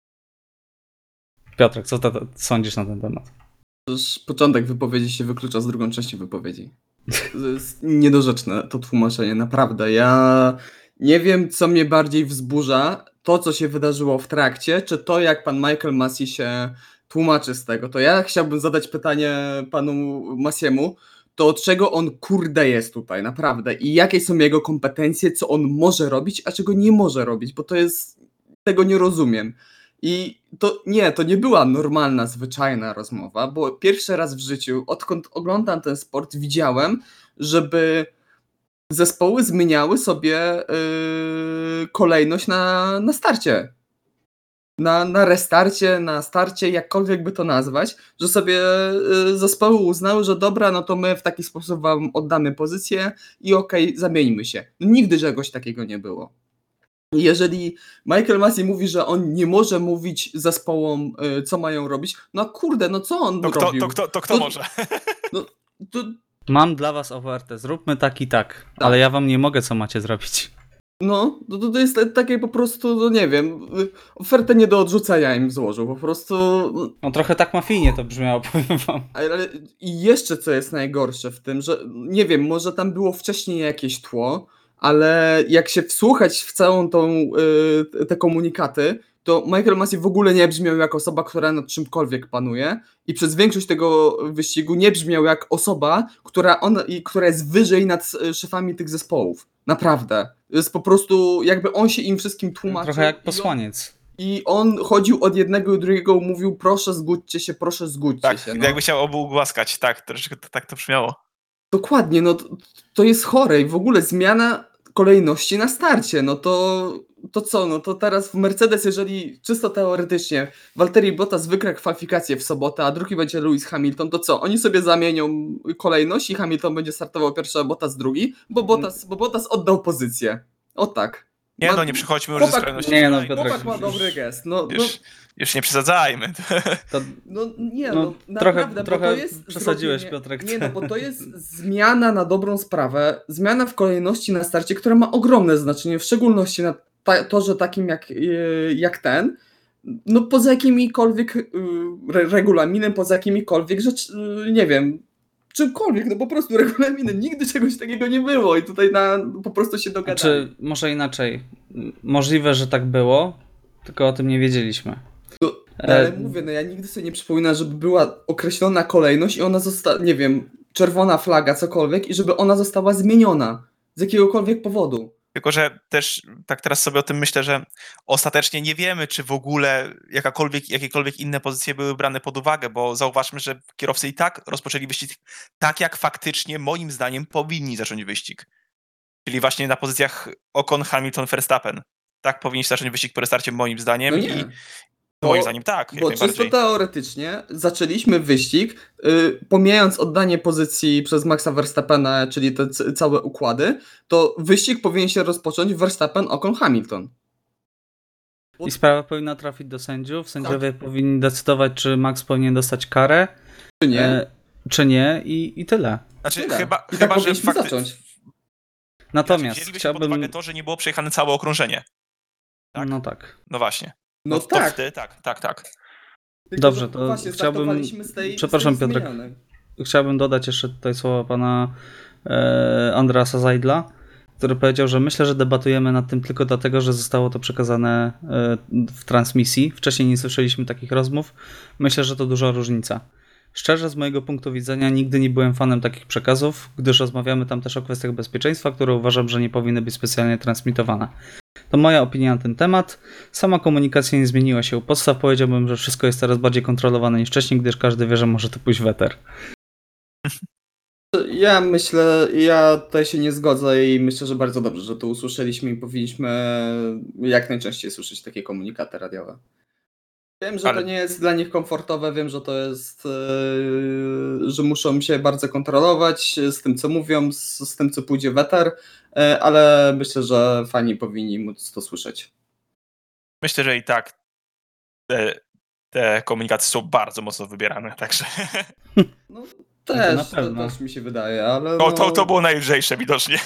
Piotrek, co ty sądzisz na ten temat? Już początek wypowiedzi się wyklucza z drugą częścią wypowiedzi. To jest niedorzeczne to tłumaczenie, naprawdę. Ja nie wiem, co mnie bardziej wzburza, to, co się wydarzyło w trakcie, czy to, jak pan Michael Massey się tłumaczy z tego. To ja chciałbym zadać pytanie panu Massiemu, to od czego on kurde jest tutaj, naprawdę? I jakie są jego kompetencje, co on może robić, a czego nie może robić, bo to jest... tego nie rozumiem. I to nie, to nie była normalna, zwyczajna rozmowa, bo pierwszy raz w życiu, odkąd oglądam ten sport, widziałem, żeby zespoły zmieniały sobie yy, kolejność na, na starcie. Na, na restarcie, na starcie, jakkolwiek by to nazwać, że sobie yy, zespoły uznały, że dobra, no to my w taki sposób wam oddamy pozycję i okej, okay, zamieńmy się. No, nigdy czegoś takiego nie było. Jeżeli Michael Massey mówi, że on nie może mówić zespołom, y, co mają robić, no kurde, no co on To kto, robił? to kto, to kto To- może? No, to, Mam dla was ofertę, zróbmy tak i tak, ale ja wam nie mogę, co macie zrobić. no, to, to jest takie po prostu, no nie wiem, y, ofertę nie do odrzucenia im złożył, po prostu... No trochę tak mafijnie to brzmiało, powiem wam. Ale i jeszcze co jest najgorsze w tym, że nie wiem, może tam było wcześniej jakieś tło, ale jak się wsłuchać w całą tą, y, te komunikaty, to Michael Massey w ogóle nie brzmiał jak osoba, która nad czymkolwiek panuje i przez większość tego wyścigu nie brzmiał jak osoba, która, on, i, która jest wyżej nad y, szefami tych zespołów. Naprawdę. Jest po prostu jakby on się im wszystkim tłumaczył. Trochę jak i on- posłaniec. I on chodził od jednego i drugiego, mówił proszę zgódźcie się, proszę zgódźcie Tak, się. No. jakby chciał obu ugłaskać, tak, troszeczkę to, tak to brzmiało. Dokładnie, no to, to jest chore i w ogóle zmiana kolejności na starcie, no to, to co, no to teraz w Mercedes, jeżeli czysto teoretycznie Valtteri Bottas wygra kwalifikację w sobotę, a drugi będzie Lewis Hamilton, to co, oni sobie zamienią kolejność i Hamilton będzie startował pierwszy, a Bottas drugi, bo Bottas, bo Bottas oddał pozycję. O tak. Nie Ma- no, nie przechodźmy już ze chłopak- skrajności. Nie no, skrajnej. Piotrek, Chłopak ma dobry gest, no, no, Już, już nie przesadzajmy. To no nie, No, no, trochę- naprawdę, bo trochę to jest przesadziłeś, zrobienie- Piotrek. Nie no, bo to jest zmiana na dobrą sprawę, zmiana w kolejności na starcie, która ma ogromne znaczenie, w szczególności na ta, torze takim jak, yy, jak ten, no poza jakimikolwiek yy, re, regulaminem, poza jakimikolwiek rzecz, yy, nie wiem, czymkolwiek, no po prostu regulaminem, nigdy czegoś takiego nie było i tutaj na, po prostu się dogadali. Czy może inaczej? Możliwe, że tak było, tylko o tym nie wiedzieliśmy. No, ale E, mówię, no ja nigdy sobie nie przypominam, żeby była określona kolejność i ona została, nie wiem, czerwona flaga, cokolwiek i żeby ona została zmieniona z jakiegokolwiek powodu. Tylko, że też tak teraz sobie o tym myślę, że ostatecznie nie wiemy, czy w ogóle jakakolwiek, jakiekolwiek inne pozycje były brane pod uwagę, bo zauważmy, że kierowcy i tak rozpoczęli wyścig tak, jak faktycznie moim zdaniem powinni zacząć wyścig. Czyli właśnie na pozycjach Ocon, Hamilton, Verstappen. Tak powinni się zacząć wyścig po restarcie moim zdaniem No i nie. moim Bo- zdaniem tak, jak Bo czysto najbardziej. teoretycznie zaczęliśmy wyścig, yy, pomijając oddanie pozycji przez Maxa Verstappena, czyli te c- całe układy, to wyścig powinien się rozpocząć Verstappen, Ocon, Hamilton. I sprawa powinna trafić do sędziów. Sędziowie powinni decydować, czy Max powinien dostać karę, Czy nie? e, czy nie i, i tyle. Znaczy, Tyle. chyba, I tak chyba że powinniśmy fakty... zacząć. Natomiast Wzięlibyśmy pod chciałbym... uwagę to, że nie było przejechane całe okrążenie. tak? No tak. No właśnie. No, to tak. wtedy, tak, tak, tak. Tylko, Dobrze, że to właśnie chciałbym- startowaliśmy z tej, Przepraszam, z tej Piotrek. zmienionej. Chciałbym dodać jeszcze tutaj słowa pana e, Andreasa Zajdla, który powiedział, że myślę, że debatujemy nad tym tylko dlatego, że zostało to przekazane e, w transmisji. Wcześniej nie słyszeliśmy takich rozmów. Myślę, że to duża różnica. Szczerze, z mojego punktu widzenia nigdy nie byłem fanem takich przekazów, gdyż rozmawiamy tam też o kwestiach bezpieczeństwa, które uważam, że nie powinny być specjalnie transmitowane. To moja opinia na ten temat. Sama komunikacja nie zmieniła się u podstaw. Powiedziałbym, że wszystko jest teraz bardziej kontrolowane niż wcześniej, gdyż każdy wie, że może to pójść w eter. Ja myślę, ja tutaj się nie zgodzę i myślę, że bardzo dobrze, że to usłyszeliśmy i powinniśmy jak najczęściej słyszeć takie komunikaty radiowe. Wiem, że Ale- to nie jest dla nich komfortowe, wiem, że to jest, yy, że muszą się bardzo kontrolować z tym, co mówią, z, z tym, co pójdzie w eter, yy, ale myślę, że fani powinni móc to słyszeć. Myślę, że i tak te, te komunikaty są bardzo mocno wybierane, także No, To też, na to, pewno. też mi się wydaje, ale to, no, to, to było najlżejsze widocznie.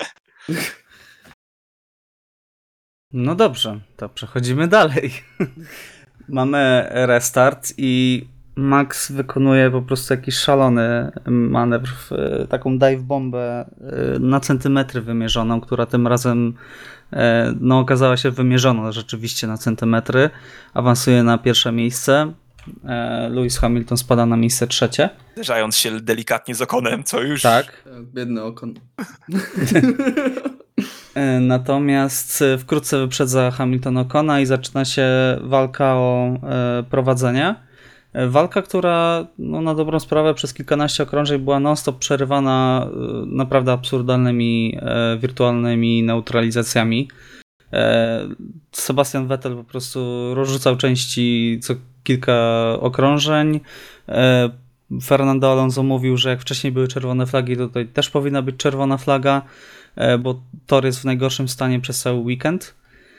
No dobrze, to przechodzimy dalej. Mamy restart i Max wykonuje po prostu jakiś szalony manewr, w taką dive bombę y, na centymetry wymierzoną, która tym razem y, no, okazała się wymierzona rzeczywiście na centymetry. Awansuje na pierwsze miejsce. Y, Lewis Hamilton spada na miejsce trzecie. Zderzając się delikatnie z Okonem, co już... Tak. biedny Okon. Y, Natomiast y, wkrótce wyprzedza Hamilton Ocona i zaczyna się walka o y, prowadzenie. Y, Walka, która no, na dobrą sprawę przez kilkanaście okrążeń była non-stop przerywana y, naprawdę absurdalnymi y, wirtualnymi neutralizacjami. Y, Sebastian Vettel po prostu rozrzucał części co kilka okrążeń. Y, Fernando Alonso mówił, że jak wcześniej były czerwone flagi, to tutaj też powinna być czerwona flaga, bo tor jest w najgorszym stanie przez cały weekend.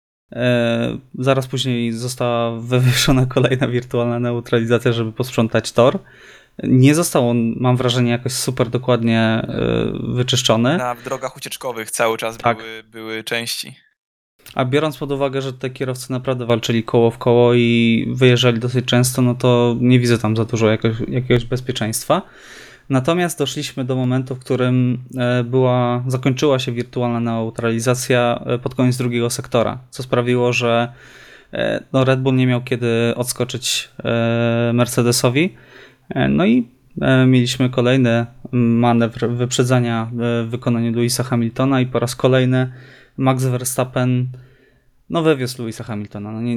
Zaraz później została wywieszona kolejna wirtualna neutralizacja, żeby posprzątać tor. Nie został on, mam wrażenie, jakoś super dokładnie wyczyszczony. Na drogach ucieczkowych cały czas Tak. były, były części. A biorąc pod uwagę, że te kierowcy naprawdę walczyli koło w koło i wyjeżdżali dosyć często, no to nie widzę tam za dużo jakoś, jakiegoś bezpieczeństwa. Natomiast doszliśmy do momentu, w którym była, zakończyła się wirtualna neutralizacja pod koniec drugiego sektora, co sprawiło, że no Red Bull nie miał kiedy odskoczyć Mercedesowi. No i mieliśmy kolejny manewr wyprzedzania w wykonaniu Lewisa Hamiltona i po raz kolejny Max Verstappen no wywiózł Lewisa Hamiltona. No nie,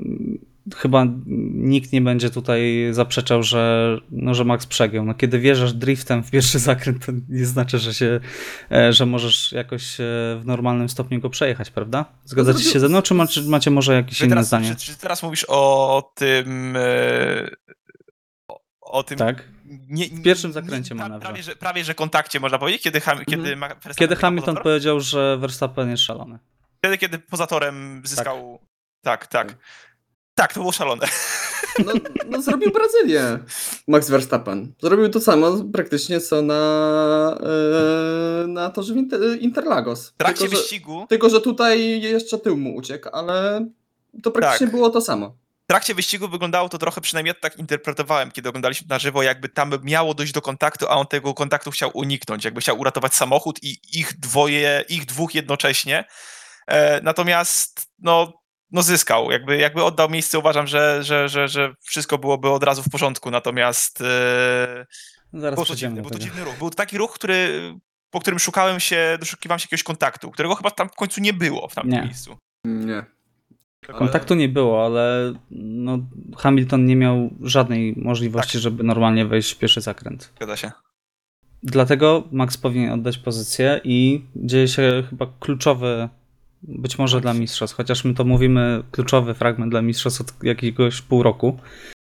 chyba nikt nie będzie tutaj zaprzeczał, że, no, że Max przegiął. No, kiedy wjeżdżasz driftem w pierwszy zakręt, to nie znaczy, że się, że możesz jakoś w normalnym stopniu go przejechać, prawda? Zgadzacie się ze mną, czy macie, macie może jakieś Czy inne teraz, zdanie? czy, czy teraz mówisz o tym... e, O, o tym... Tak. Nie, W pierwszym zakręcie nie, pra- manewra. prawie, że, prawie, że kontakcie, można powiedzieć, kiedy, ham, Mhm. kiedy, Ma- Verstappen Kiedy wjechał Hamilton poza tor? powiedział, że Verstappen jest szalony. Wtedy, kiedy poza torem zyskał... Tak, tak. Tak, tak to było szalone. No, no zrobił Brazylię Max Verstappen. Zrobił to samo praktycznie co na, yy, na torze w Inter- Interlagos. W trakcie tylko, że, wyścigu... tylko, że tutaj jeszcze tył mu uciekł, ale to praktycznie Tak. było to samo. W trakcie wyścigu wyglądało to trochę, przynajmniej ja tak interpretowałem, kiedy oglądaliśmy na żywo, jakby tam miało dojść do kontaktu, a on tego kontaktu chciał uniknąć, jakby chciał uratować samochód i ich dwoje, ich dwóch jednocześnie. E, natomiast no, no zyskał, jakby, jakby oddał miejsce, uważam, że, że, że, że wszystko byłoby od razu w porządku, natomiast e, Zaraz był, to przejdziemy dziwny, do był to tego. dziwny ruch. Był to taki ruch, który, po którym szukałem się, doszukiwałem się jakiegoś kontaktu, którego chyba tam w końcu nie było w tamtym Nie. miejscu. Nie. Kontaktu nie było, ale no, Hamilton nie miał żadnej możliwości, Tak. żeby normalnie wejść w pierwszy zakręt. Zgadza się. Dlatego Max powinien oddać pozycję i dzieje się chyba kluczowy, być może dla mistrzostw, chociaż my to mówimy, kluczowy fragment dla mistrzostw od jakiegoś pół roku.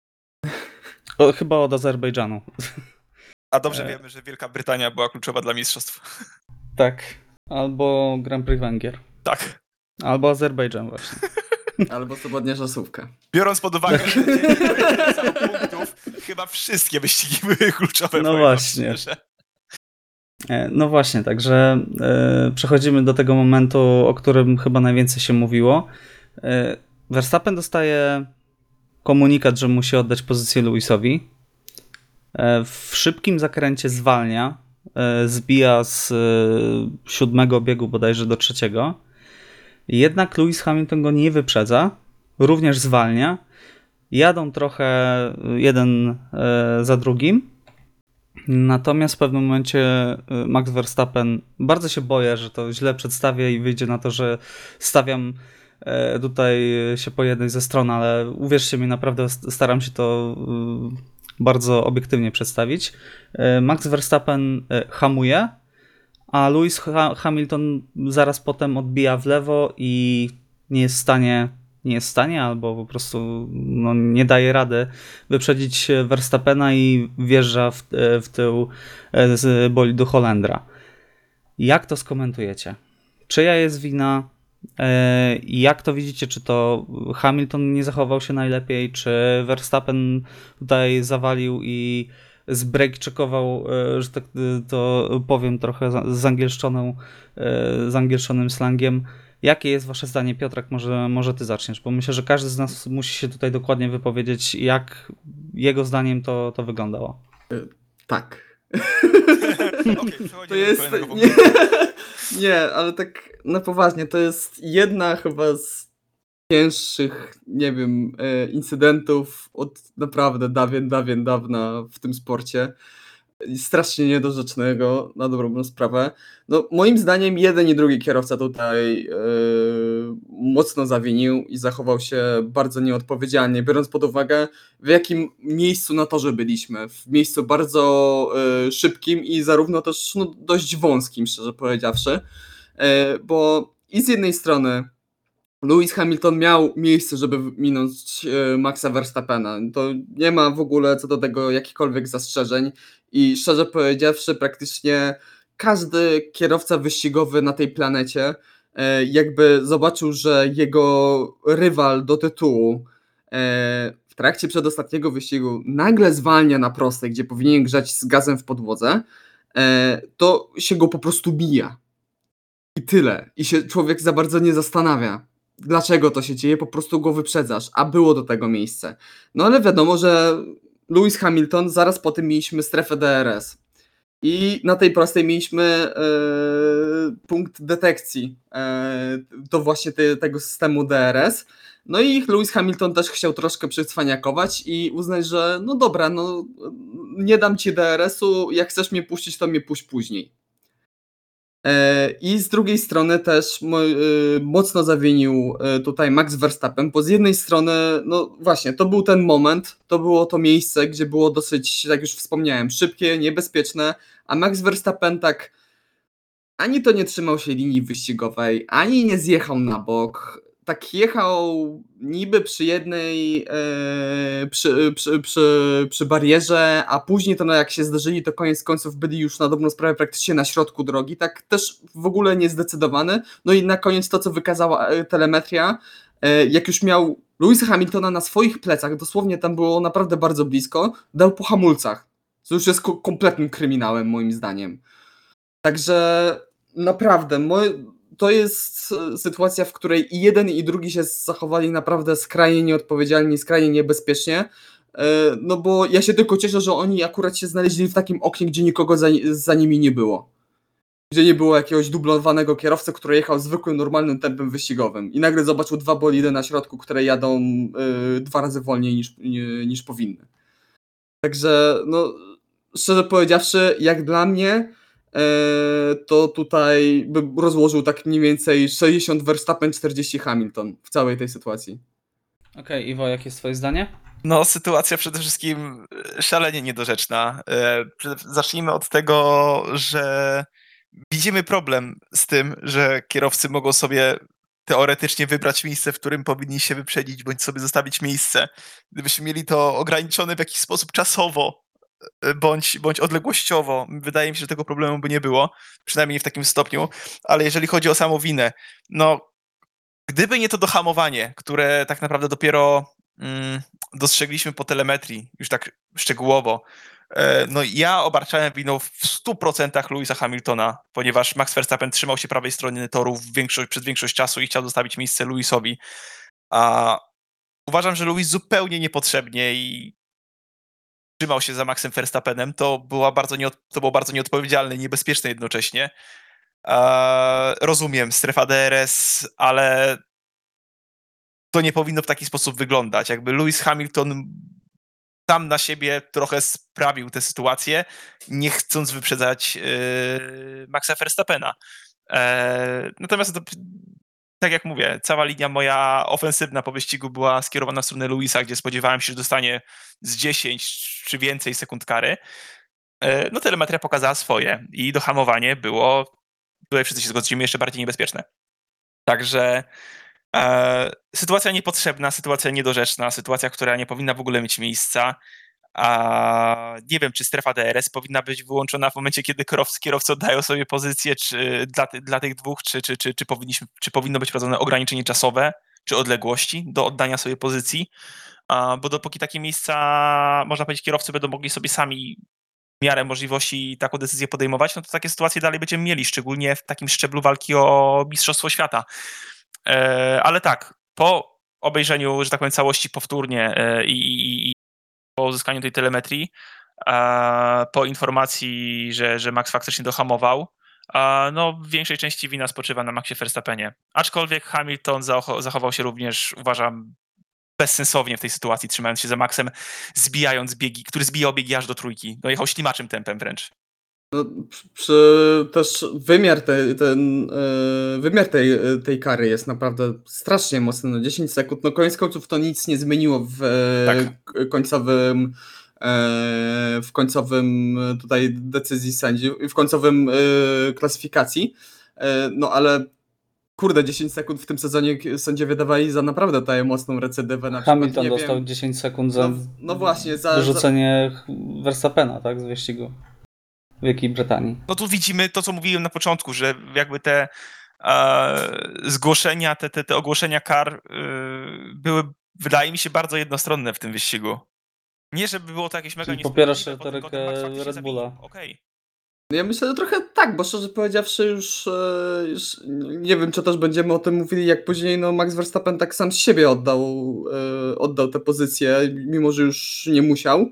O, chyba od Azerbejdżanu. A dobrze E. wiemy, że Wielka Brytania była kluczowa dla mistrzostw. Tak. Albo Grand Prix Węgier. Tak. Albo Azerbejdżan właśnie. Albo swobodnie czasówkę. Biorąc pod uwagę, że tyle samo punktów, chyba wszystkie wyścigi były kluczowe. No powiem wam właśnie. szczerze. E, No właśnie, także e, przechodzimy do tego momentu, o którym chyba najwięcej się mówiło. E, Verstappen dostaje komunikat, że musi oddać pozycję Lewisowi. E, w szybkim zakręcie zwalnia, e, zbija z e, siódmego biegu bodajże do trzeciego. Jednak Lewis Hamilton go nie wyprzedza, również zwalnia. Jadą trochę jeden e, za drugim. Natomiast w pewnym momencie Max Verstappen, bardzo się boję, że to źle przedstawię i wyjdzie na to, że stawiam tutaj się po jednej ze stron, ale uwierzcie mi, naprawdę staram się to bardzo obiektywnie przedstawić. Max Verstappen hamuje, a Lewis Hamilton zaraz potem odbija w lewo i nie jest w stanie, nie jest w stanie albo po prostu no, nie daje rady wyprzedzić Verstappena i wjeżdża w, w tył z bolidu Holendra. Jak to skomentujecie? Czyja jest wina? Jak to widzicie? Czy to Hamilton nie zachował się najlepiej, czy Verstappen tutaj zawalił i zbreakcheckował, że tak to powiem trochę zangielszczoną, zangielszczonym slangiem. Jakie jest wasze zdanie, Piotrek? Może, może ty zaczniesz, bo myślę, że każdy z nas musi się tutaj dokładnie wypowiedzieć, jak jego zdaniem to, to wyglądało. Tak. Okay, to jest... Nie, nie, ale tak na poważnie, to jest jedna chyba z cięższych, nie wiem, incydentów od naprawdę dawien, dawien dawna w tym sporcie. Strasznie niedorzecznego, na dobrą sprawę. No, moim zdaniem jeden i drugi kierowca tutaj yy, mocno zawinił i zachował się bardzo nieodpowiedzialnie, biorąc pod uwagę, w jakim miejscu na torze byliśmy. W miejscu bardzo yy, szybkim i zarówno też no, dość wąskim, szczerze powiedziawszy. Yy, bo i z jednej strony Lewis Hamilton miał miejsce, żeby minąć yy, Maxa Verstappena. To nie ma w ogóle co do tego jakichkolwiek zastrzeżeń. I szczerze powiedziawszy, praktycznie każdy kierowca wyścigowy na tej planecie jakby zobaczył, że jego rywal do tytułu w trakcie przedostatniego wyścigu nagle zwalnia na prostej, gdzie powinien grzać z gazem w podłodze, to się go po prostu bija. I tyle. I się człowiek za bardzo nie zastanawia, dlaczego to się dzieje, po prostu go wyprzedzasz, a było do tego miejsce. No ale wiadomo, że Lewis Hamilton, zaraz po tym mieliśmy strefę D R S. I na tej prostej mieliśmy e, punkt detekcji e, to właśnie te, tego systemu D R S. No i Lewis Hamilton też chciał troszkę przycwaniakować i uznać, że no dobra, no nie dam ci D R S-u, jak chcesz mnie puścić, to mnie puść później. I z drugiej strony też mocno zawinił tutaj Max Verstappen, bo z jednej strony, no właśnie, to był ten moment, to było to miejsce, gdzie było dosyć, jak już wspomniałem, szybkie, niebezpieczne, a Max Verstappen tak ani to nie trzymał się linii wyścigowej, ani nie zjechał na bok, tak jechał niby przy jednej, e, przy, przy, przy, przy barierze, a później to no jak się zderzyli, to koniec końców byli już na dobrą sprawę praktycznie na środku drogi, tak też w ogóle niezdecydowany. No i na koniec to, co wykazała telemetria, e, jak już miał Lewisa Hamiltona na swoich plecach, dosłownie tam było naprawdę bardzo blisko, dał po hamulcach, co już jest ko- kompletnym kryminałem moim zdaniem. Także naprawdę, moje... to jest sytuacja, w której i jeden i drugi się zachowali naprawdę skrajnie nieodpowiedzialnie, skrajnie niebezpiecznie, no bo ja się tylko cieszę, że oni akurat się znaleźli w takim oknie, gdzie nikogo za, za nimi nie było. Gdzie nie było jakiegoś dublowanego kierowcy, który jechał zwykłym, normalnym tempem wyścigowym i nagle zobaczył dwa bolidy na środku, które jadą y, dwa razy wolniej niż, y, niż powinny. Także, no, szczerze powiedziawszy, jak dla mnie, to tutaj bym rozłożył tak mniej więcej sześćdziesiąt Verstappen, czterdzieści Hamilton w całej tej sytuacji. Okej, okay, Iwo, jakie jest twoje zdanie? No, sytuacja przede wszystkim szalenie niedorzeczna. Zacznijmy od tego, że widzimy problem z tym, że kierowcy mogą sobie teoretycznie wybrać miejsce, w którym powinni się wyprzedzić, bądź sobie zostawić miejsce. Gdybyśmy mieli to ograniczone w jakiś sposób czasowo, bądź, bądź odległościowo, wydaje mi się, że tego problemu by nie było, przynajmniej nie w takim stopniu, ale jeżeli chodzi o samą winę, no gdyby nie to dohamowanie, które tak naprawdę dopiero mm, dostrzegliśmy po telemetrii, już tak szczegółowo, e, no ja obarczałem winą w stu procentach Lewisa Hamiltona, ponieważ Max Verstappen trzymał się prawej strony toru większość, przez większość czasu i chciał zostawić miejsce Lewisowi, a uważam, że Lewis zupełnie niepotrzebnie i trzymał się za Maxem Verstappenem, to, była bardzo nieod... to było bardzo nieodpowiedzialne i niebezpieczne jednocześnie. Eee, rozumiem, strefa D R S, ale to nie powinno w taki sposób wyglądać. Jakby Lewis Hamilton sam na siebie trochę sprawił tę sytuację, nie chcąc wyprzedzać yy, Maxa Verstappena. Eee, natomiast do... tak jak mówię, cała linia moja ofensywna po wyścigu była skierowana w stronę Luisa, gdzie spodziewałem się, że dostanie z dziesięć czy więcej sekund kary. No telemetria pokazała swoje i dohamowanie było, tutaj wszyscy się zgodzimy, jeszcze bardziej niebezpieczne. Także e, sytuacja niepotrzebna, sytuacja niedorzeczna, sytuacja, która nie powinna w ogóle mieć miejsca. A nie wiem, czy strefa D R S powinna być wyłączona w momencie, kiedy kierowcy, kierowcy oddają sobie pozycję czy dla, dla tych dwóch, czy, czy, czy, czy, powinniśmy, czy powinno być wprowadzone ograniczenie czasowe, czy odległości do oddania sobie pozycji, a, bo dopóki takie miejsca, można powiedzieć, kierowcy będą mogli sobie sami w miarę możliwości taką decyzję podejmować, no to takie sytuacje dalej będziemy mieli, szczególnie w takim szczeblu walki o Mistrzostwo Świata. E, ale tak, po obejrzeniu, że tak powiem, całości powtórnie e, i, i po uzyskaniu tej telemetrii, e, po informacji, że, że Max faktycznie dohamował, e, no w większej części wina spoczywa na Maxie Verstappenie. Aczkolwiek Hamilton zacho- zachował się również, uważam, bezsensownie w tej sytuacji, trzymając się za Maxem, zbijając biegi, który zbijał biegi aż do trójki. No jechał ślimaczym tempem wręcz. No, przy, przy, też wymiar, te, ten, yy, wymiar tej, tej kary jest naprawdę strasznie mocny. No dziesięć sekund, no koniec końców to nic nie zmieniło w Tak. k- końcowym e, w końcowym tutaj decyzji sędziów, w końcowym e, klasyfikacji. E, no ale kurde, dziesięć sekund w tym sezonie sędziowie dawali za naprawdę tutaj mocną recydywę. Na Hamilton przykład, nie dostał wiem, dziesięć sekund za no, no właśnie, za, za, wyrzucenie Verstappena, tak, z wyścigu w Wielkiej Brytanii. No tu widzimy to, co mówiłem na początku, że jakby te e, zgłoszenia, te, te, te ogłoszenia kar e, były, wydaje mi się, bardzo jednostronne w tym wyścigu. Nie, żeby było to jakieś mega Czyli popierasz niesprawiedliwe, pod tym retorykę kątem Max faktycznie Red Bulla. zabił. Okej. No ja myślę, że trochę tak, bo szczerze powiedziawszy już, e, już nie wiem, czy też będziemy o tym mówili, jak później no Max Verstappen tak sam z siebie oddał, e, oddał tę pozycję, mimo że już nie musiał,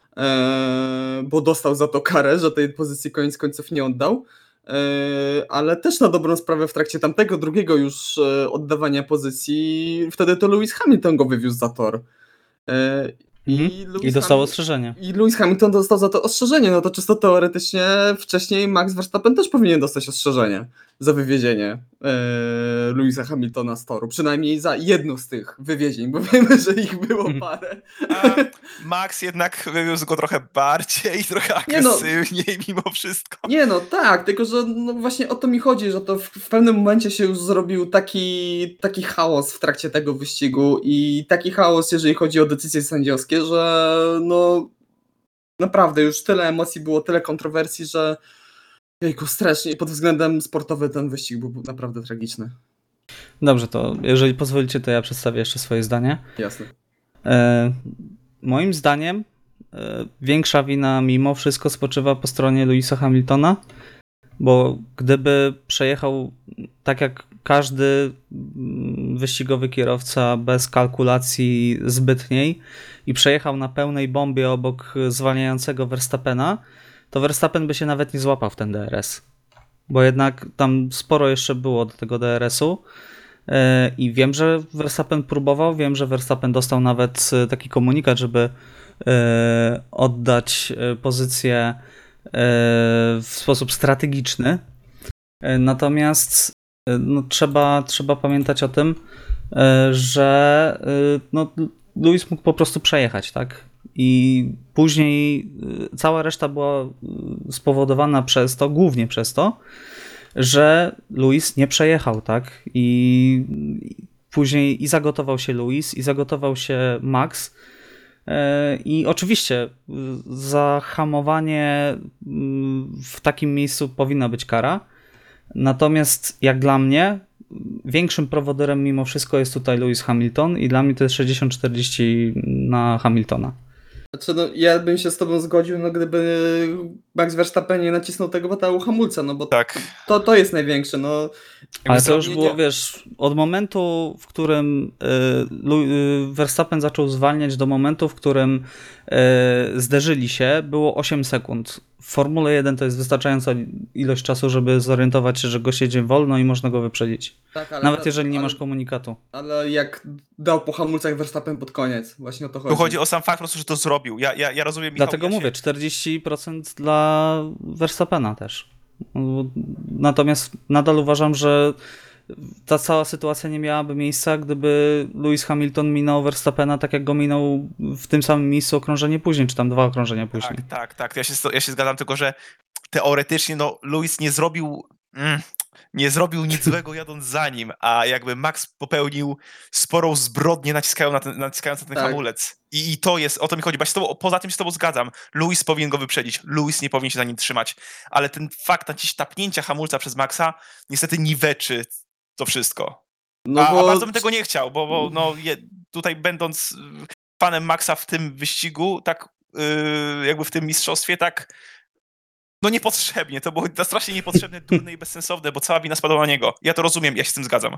e, bo dostał za to karę, że tej pozycji koniec końców nie oddał, e, ale też na dobrą sprawę w trakcie tamtego drugiego już e, oddawania pozycji, wtedy to Lewis Hamilton go wywiózł za tor. E, Mhm. I, Lewis I dostał Hamil- ostrzeżenie. I Lewis Hamilton dostał za to ostrzeżenie, no to czysto teoretycznie wcześniej Max Verstappen też powinien dostać ostrzeżenie za wywiezienie e, Lewisa Hamiltona z toru. Przynajmniej za jedno z tych wywiezień, bo wiemy, że ich było Mhm. parę. A Max jednak wywiózł go trochę bardziej, trochę Nie no. agresywniej mimo wszystko. Nie no, tak, tylko że no właśnie o to mi chodzi, że to w, w pewnym momencie się już zrobił taki, taki chaos w trakcie tego wyścigu i taki chaos, jeżeli chodzi o decyzje sędziowskie, że no naprawdę już tyle emocji było, tyle kontrowersji, że jejku, strasznie pod względem sportowym ten wyścig był naprawdę tragiczny. Dobrze, to jeżeli pozwolicie, to ja przedstawię jeszcze swoje zdanie. Jasne. E, moim zdaniem e, większa wina mimo wszystko spoczywa po stronie Lewisa Hamiltona, bo gdyby przejechał tak jak każdy mm, wyścigowy kierowca bez kalkulacji zbytniej i przejechał na pełnej bombie obok zwalniającego Verstappena, to Verstappen by się nawet nie złapał w ten D R S. Bo jednak tam sporo jeszcze było do tego D R S-u. I wiem, że Verstappen próbował, wiem, że Verstappen dostał nawet taki komunikat, żeby oddać pozycję w sposób strategiczny. Natomiast no, trzeba, trzeba pamiętać o tym, że no, Lewis mógł po prostu przejechać, tak? I później cała reszta była spowodowana przez to, głównie przez to, że Lewis nie przejechał, tak? I później i zagotował się Lewis, i zagotował się Max. I oczywiście za hamowanie w takim miejscu powinna być kara. Natomiast jak dla mnie większym prowodyrem mimo wszystko jest tutaj Lewis Hamilton i dla mnie to jest sześćdziesiąt czterdzieści na Hamiltona. Znaczy, no, ja bym się z tobą zgodził, no gdyby Max Verstappen nie nacisnął tego pedału hamulca, no bo Tak. to, to jest największe, no. Ale to już nie- było, nie- wiesz, od momentu, w którym y, Lu- y, Verstappen zaczął zwalniać do momentu, w którym y, zderzyli się, było osiem sekund. W Formule jeden to jest wystarczająca ilość czasu, żeby zorientować się, że gość jedzie wolno i można go wyprzedzić. Tak, ale Nawet to- jeżeli nie ale- masz komunikatu. Ale jak dał po hamulcach Verstappen pod koniec, właśnie o to chodzi. Tu chodzi o sam fakt po prostu, że to zrobił. Ja, ja, ja rozumiem, Michał, Dlatego ja się- mówię, czterdzieści procent dla Verstappena też. Natomiast nadal uważam, że ta cała sytuacja nie miałaby miejsca, gdyby Lewis Hamilton minął Verstappena tak jak go minął w tym samym miejscu okrążenie później, czy tam dwa okrążenia później. Tak, tak, tak. Ja się, ja się zgadzam, tylko że teoretycznie no, Lewis nie zrobił mm, nie zrobił nic złego jadąc za nim, a jakby Max popełnił sporą zbrodnię naciskając na ten, naciskając na ten Tak. hamulec. I, I to jest, o to mi chodzi. Bo ja się z tobą, poza tym się z tobą zgadzam. Lewis powinien go wyprzedzić. Lewis nie powinien się za nim trzymać. Ale ten fakt naciś tapnięcia hamulca przez Maxa niestety niweczy to wszystko. No a, bo... a bardzo bym tego nie chciał, bo, bo no, je, tutaj będąc fanem Maxa w tym wyścigu, tak yy, jakby w tym mistrzostwie, tak no niepotrzebnie. To było strasznie niepotrzebne, durne i bezsensowne, bo cała wina spadła na niego. Ja to rozumiem, ja się z tym zgadzam.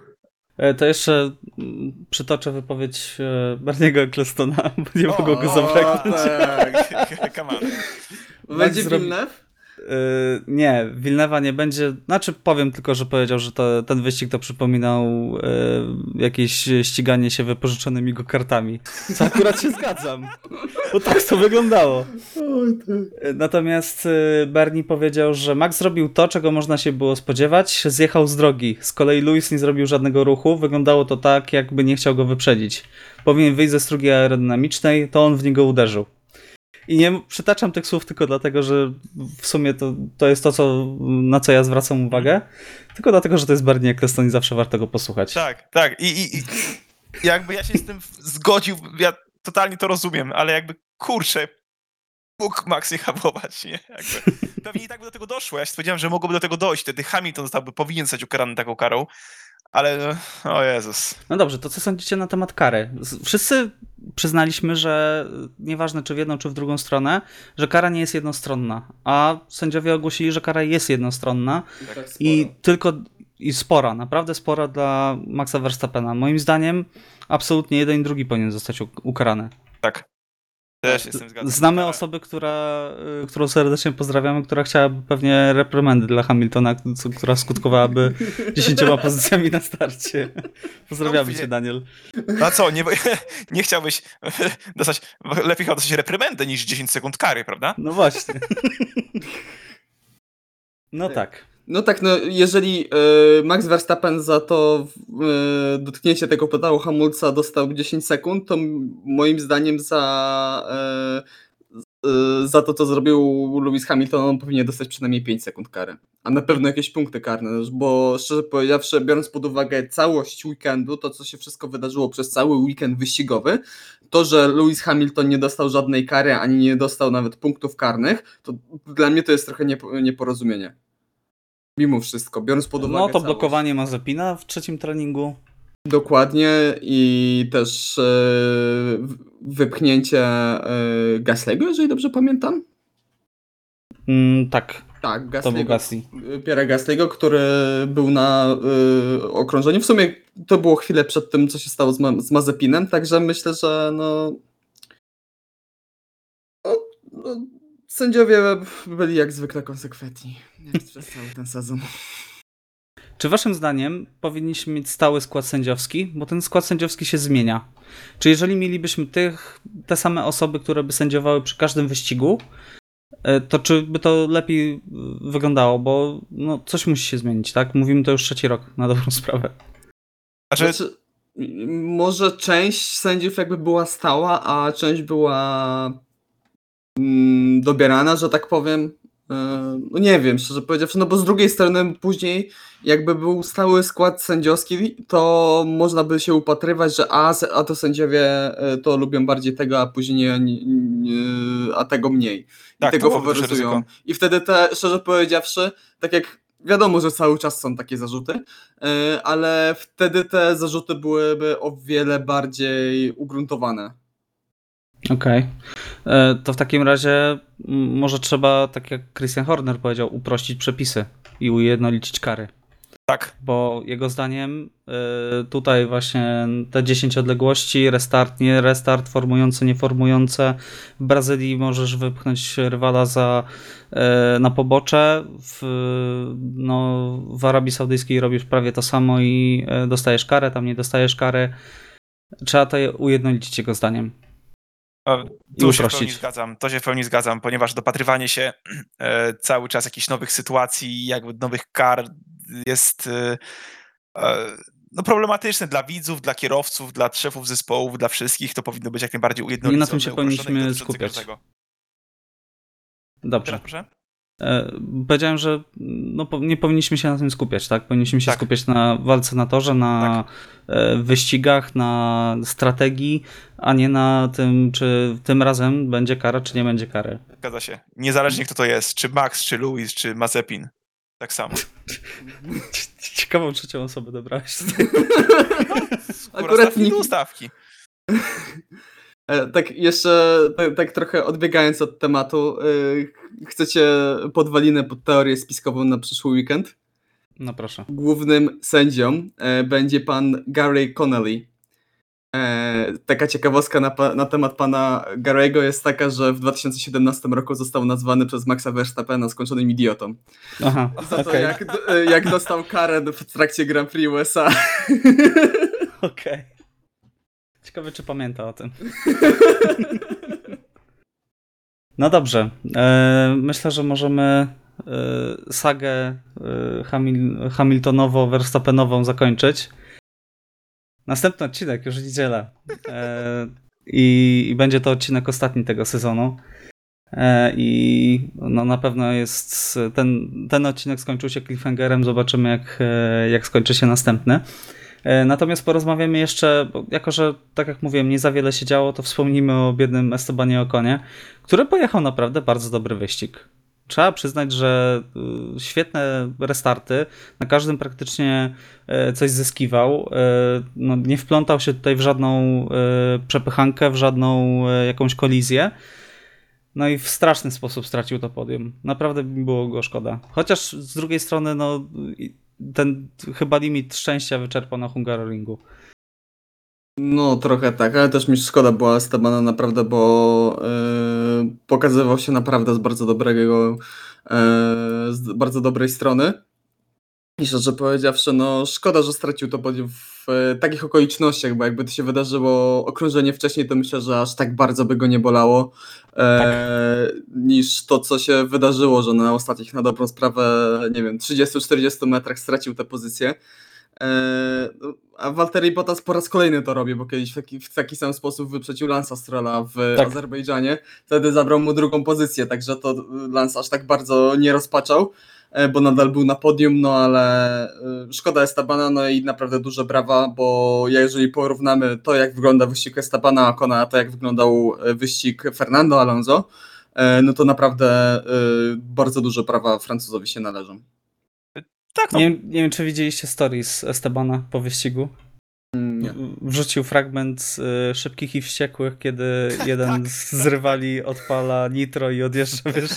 E, To jeszcze mm, przytoczę wypowiedź e, Barniego Ecclestona, bo nie mogą go O, zabraknąć. tak. Come on. Będzie zrobi- Villeneuve? Yy, nie, Wilnewa nie będzie. Znaczy, powiem tylko, że powiedział, że to, ten wyścig to przypominał yy, jakieś ściganie się wypożyczonymi go kartami. Co akurat się zgadzam. Bo tak to wyglądało. Oj, tak. Yy, Natomiast yy, Bernie powiedział, że Max zrobił to, czego można się było spodziewać. Zjechał z drogi. Z kolei Lewis nie zrobił żadnego ruchu. Wyglądało to tak, jakby nie chciał go wyprzedzić. Powinien wyjść ze strugi aerodynamicznej, to on w niego uderzył. I nie przytaczam tych słów tylko dlatego, że w sumie to, to jest to, co, na co ja zwracam uwagę, tylko dlatego, że to jest Bernie Eccleston i zawsze warto go posłuchać. Tak, tak. I, i, i jakby ja się z tym zgodził, ja totalnie to rozumiem, ale jakby kurczę, mógł Max nie hamować, nie? Jakby, pewnie i tak by do tego doszło. Ja się spodziewałem, że mogłoby do tego dojść. Wtedy Hamilton zostałby, powinien zostać ukarany taką karą, ale o Jezus. No dobrze, to co sądzicie na temat kary? Z- Wszyscy przyznaliśmy, że nieważne czy w jedną, czy w drugą stronę, że kara nie jest jednostronna, a sędziowie ogłosili, że kara jest jednostronna Tak i sporo. tylko i spora, naprawdę spora dla Maxa Verstappena. Moim zdaniem absolutnie jeden i drugi powinien zostać u- ukarany. Tak. Też jestem zgadzam. Znamy Ale- osobę, która, y, którą serdecznie pozdrawiamy, która chciałaby pewnie reprymendy dla Hamiltona, co- która skutkowałaby dziesięcioma pozycjami na starcie. Pozdrawiamy No, cię, Daniel. A co, nie, nie chciałbyś dostać, lepiej chyba dostać reprymendę niż dziesięć sekund kary, prawda? No właśnie. No tak. No tak, no jeżeli e, Max Verstappen za to e, dotknięcie tego pedału hamulca dostał dziesięć sekund, to m- moim zdaniem za, e, z- e, za to, co zrobił Lewis Hamilton, on powinien dostać przynajmniej pięć sekund kary. A na pewno jakieś punkty karne, bo szczerze powiedziawszy, biorąc pod uwagę całość weekendu, to co się wszystko wydarzyło przez cały weekend wyścigowy, to, że Lewis Hamilton nie dostał żadnej kary, ani nie dostał nawet punktów karnych, to dla mnie to jest trochę niepo- nieporozumienie. Mimo wszystko, biorąc pod uwagę No to całość. blokowanie Mazepina w trzecim treningu. Dokładnie i też e, w- wypchnięcie e, Gasly'ego, jeżeli dobrze pamiętam. Mm, tak, Tak, to był Gasly'ego, Gasly. Pierre Gasly'ego, który był na e, okrążeniu. W sumie to było chwilę przed tym, co się stało z, Ma- z Mazepinem, także myślę, że no, no, no sędziowie byli jak zwykle konsekwentni jak przez cały ten sezon. Czy waszym zdaniem powinniśmy mieć stały skład sędziowski? Bo ten skład sędziowski się zmienia. Czy jeżeli mielibyśmy tych, te same osoby, które by sędziowały przy każdym wyścigu, e, to czy by to lepiej e, wyglądało? Bo no, coś musi się zmienić, tak? Mówimy to już trzeci rok, na dobrą sprawę. Znaczy, Znaczy, m- może część sędziów jakby była stała, a część była mm, dobierana, że tak powiem. Yy, No nie wiem, szczerze powiedziawszy, no bo z drugiej strony później jakby był stały skład sędziowski, to można by się upatrywać, że a, se- a to sędziowie y, to lubią bardziej tego, a później nie, nie, nie, a tego mniej. I Tak, tego to byłoby duże faworyzują. ryzyko. I wtedy te, szczerze powiedziawszy, tak jak wiadomo, że cały czas są takie zarzuty, y, ale wtedy te zarzuty byłyby o wiele bardziej ugruntowane. Okej. E, To w takim razie m, może trzeba, tak jak Christian Horner powiedział, uprościć przepisy i ujednolicić kary. tak. Bo jego zdaniem y, tutaj właśnie te dziesięć odległości, restart, nie restart, formujące, nie formujące. W Brazylii możesz wypchnąć rywala za, y, na pobocze. W, no, w Arabii Saudyjskiej robisz prawie to samo i y, dostajesz karę, tam nie dostajesz kary. Trzeba to ujednolicić jego zdaniem. O, I Tu się w pełni uprościć. zgadzam, to się w pełni zgadzam, ponieważ dopatrywanie się e, cały czas jakichś nowych sytuacji, jakby nowych kar jest, e, no, problematyczne dla widzów, dla kierowców, dla szefów zespołów, dla wszystkich. To powinno być jak najbardziej ujednolicone. I na tym się uproszczone i powinniśmy dotyczące skupiać. każdego. Dobrze. Teraz proszę? E, powiedziałem, że no, po- nie powinniśmy się na tym skupiać, tak? Powinniśmy się Tak. skupiać na walce na torze, na e, wyścigach, na strategii, a nie na tym, czy tym razem będzie kara, czy nie będzie kary. Zgadza się. Niezależnie kto to jest, czy Max, czy Lewis, czy Mazepin. Tak samo. Ciekawą trzecią osobę dobrałeś. Akurat stawki nikt- do ustawki. E, Tak jeszcze, tak, tak trochę odbiegając od tematu, y, chcecie podwalinę pod teorię spiskową na przyszły weekend? No proszę. Głównym sędzią e, będzie pan Gary Connelly. E, taka ciekawostka na, pa- na temat pana Gary'ego jest taka, że w dwa tysiące siedemnastym roku został nazwany przez Maxa Verstappena skończonym idiotą. Aha, Za to okej. jak, d- e, jak dostał karę w trakcie Grand Prix U S A. Okej. Ciekawe, czy pamięta o tym. No dobrze. E, myślę, że możemy e, sagę e, Hamil- Hamiltonowo-Verstappenową zakończyć. Następny odcinek już w niedzielę. E, i, I będzie to odcinek ostatni tego sezonu. E, I no, na pewno jest ten, ten odcinek skończył się cliffhangerem. Zobaczymy, jak, e, jak skończy się następny. E, Natomiast porozmawiamy jeszcze, bo jako że, tak jak mówiłem, nie za wiele się działo, to wspomnimy o biednym Estebanie Oconie, który pojechał naprawdę bardzo dobry wyścig. Trzeba przyznać, że y, świetne restarty, na każdym praktycznie e, coś zyskiwał. E, No, nie wplątał się tutaj w żadną e, przepychankę, w żadną e, jakąś kolizję. No i w straszny sposób stracił to podium. Naprawdę mi było go szkoda. Chociaż z drugiej strony, no, i- ten chyba limit szczęścia wyczerpał na Hungaroringu. No trochę tak, ale też mi szkoda była Estebana naprawdę, bo e, pokazywał się naprawdę z bardzo dobrego, e, z bardzo dobrej strony. I szczerze powiedziawszy, no szkoda, że stracił to podium w e, takich okolicznościach, bo jakby to się wydarzyło okrążenie wcześniej, to myślę, że aż tak bardzo by go nie bolało, e, niż to, co się wydarzyło, że na ostatnich, na dobrą sprawę, nie wiem, trzydziestu czterdziestu metrach stracił tę pozycję. E, A Valtteri Bottas po raz kolejny to robi, bo kiedyś w taki, w taki sam sposób wyprzedził Lance'a Strolla w Tak. Azerbejdżanie. Wtedy zabrał mu drugą pozycję, także to Lance aż tak bardzo nie rozpaczał, e, bo nadal był na podium, no ale e, szkoda Estabana, no i naprawdę duże brawa, bo jeżeli porównamy to, jak wygląda wyścig Estabana Ocona, a to, jak wyglądał e, wyścig Fernando Alonso, e, no to naprawdę e, bardzo duże brawa Francuzowi się należą. Tak, no. Nie, nie wiem, czy widzieliście stories Estebana po wyścigu. Nie. Wrzucił fragment y, Szybkich i Wściekłych, kiedy jeden z rywali odpala nitro i odjeżdża, wiesz.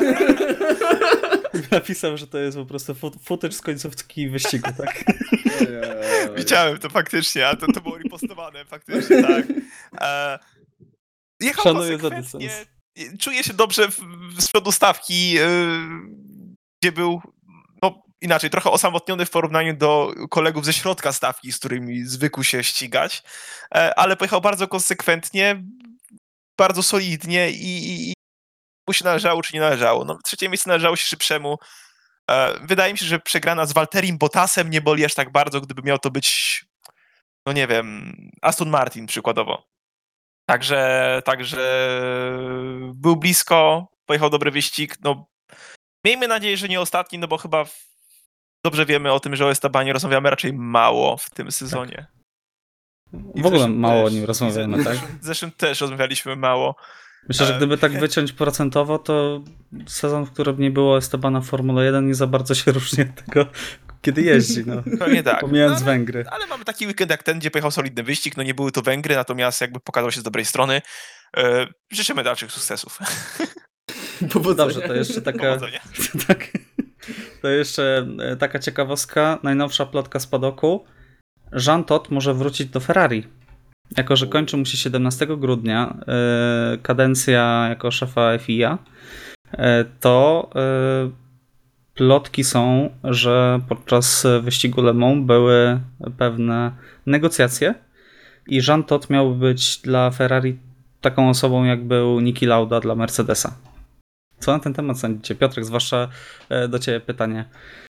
Napisał, że to jest po prostu fut- footage z końcówki wyścigu, tak? Widziałem to faktycznie, a to, to było ripostowane faktycznie, tak. E, jechał Szanuję za konsekwentnie, dystans. czuje się dobrze w, w, z przodu stawki, e, gdzie był, no inaczej, trochę osamotniony w porównaniu do kolegów ze środka stawki, z którymi zwykł się ścigać, e, ale pojechał bardzo konsekwentnie, bardzo solidnie i, i, i mu się należało, czy nie należało. No, trzecie miejsce należało się szybszemu. E, wydaje mi się, że przegrana z Valtterim Bottasem nie boli aż tak bardzo, gdyby miał to być, no nie wiem, Aston Martin przykładowo. Także, także był blisko, pojechał dobry wyścig. No, miejmy nadzieję, że nie ostatni, no bo chyba w, dobrze wiemy o tym, że o Estabanie rozmawiamy raczej mało w tym sezonie. I W ogóle zeszłym mało o też. nim I rozmawiamy, w tak? zeszłym- W zeszłym też rozmawialiśmy mało. Myślę, że E, gdyby tak wyciąć procentowo, to sezon, w którym nie było Estebana w Formule jeden, nie za bardzo się różni od tego, kiedy jeździ, no. Pewnie tak. Pomijając No, Węgry. Ale mamy taki weekend jak ten, gdzie pojechał solidny wyścig. No nie były to Węgry, natomiast jakby pokazał się z dobrej strony. E, życzymy dalszych sukcesów. Powodzenia. Dobrze, to jeszcze taka... Powodzenia. tak. To jeszcze e, taka ciekawostka, najnowsza plotka z padoku. Jean Todt może wrócić do Ferrari. Jako że kończy mu się siedemnastego grudnia e, kadencja jako szefa F I A, e, to e, plotki są, że podczas wyścigu Le Mans były pewne negocjacje i Jean Todt miał być dla Ferrari taką osobą, jak był Niki Lauda dla Mercedesa. Co na ten temat sądzicie? Piotrek, zwłaszcza e, do ciebie pytanie.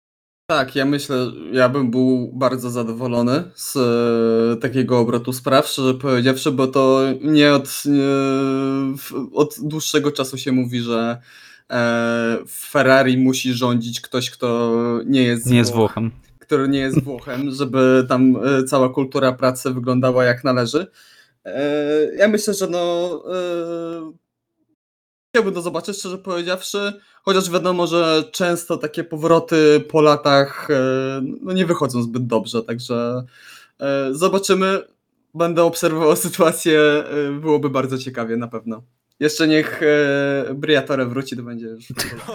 Tak, ja myślę, ja bym był bardzo zadowolony z e, takiego obrotu spraw, szczerze powiedziawszy, bo to nie od, nie, w- od dłuższego czasu się mówi, że e, w Ferrari musi rządzić ktoś, kto nie jest z Nie jest Włoch, Włochem. który nie jest Włochem, żeby tam e, cała kultura pracy wyglądała jak należy. E, Ja myślę, że no e, chciałbym to zobaczyć, szczerze powiedziawszy, chociaż wiadomo, że często takie powroty po latach e, no nie wychodzą zbyt dobrze, także e, zobaczymy. Będę obserwował sytuację, e, byłoby bardzo ciekawie na pewno. Jeszcze niech e, Briatore wróci, to będzie już...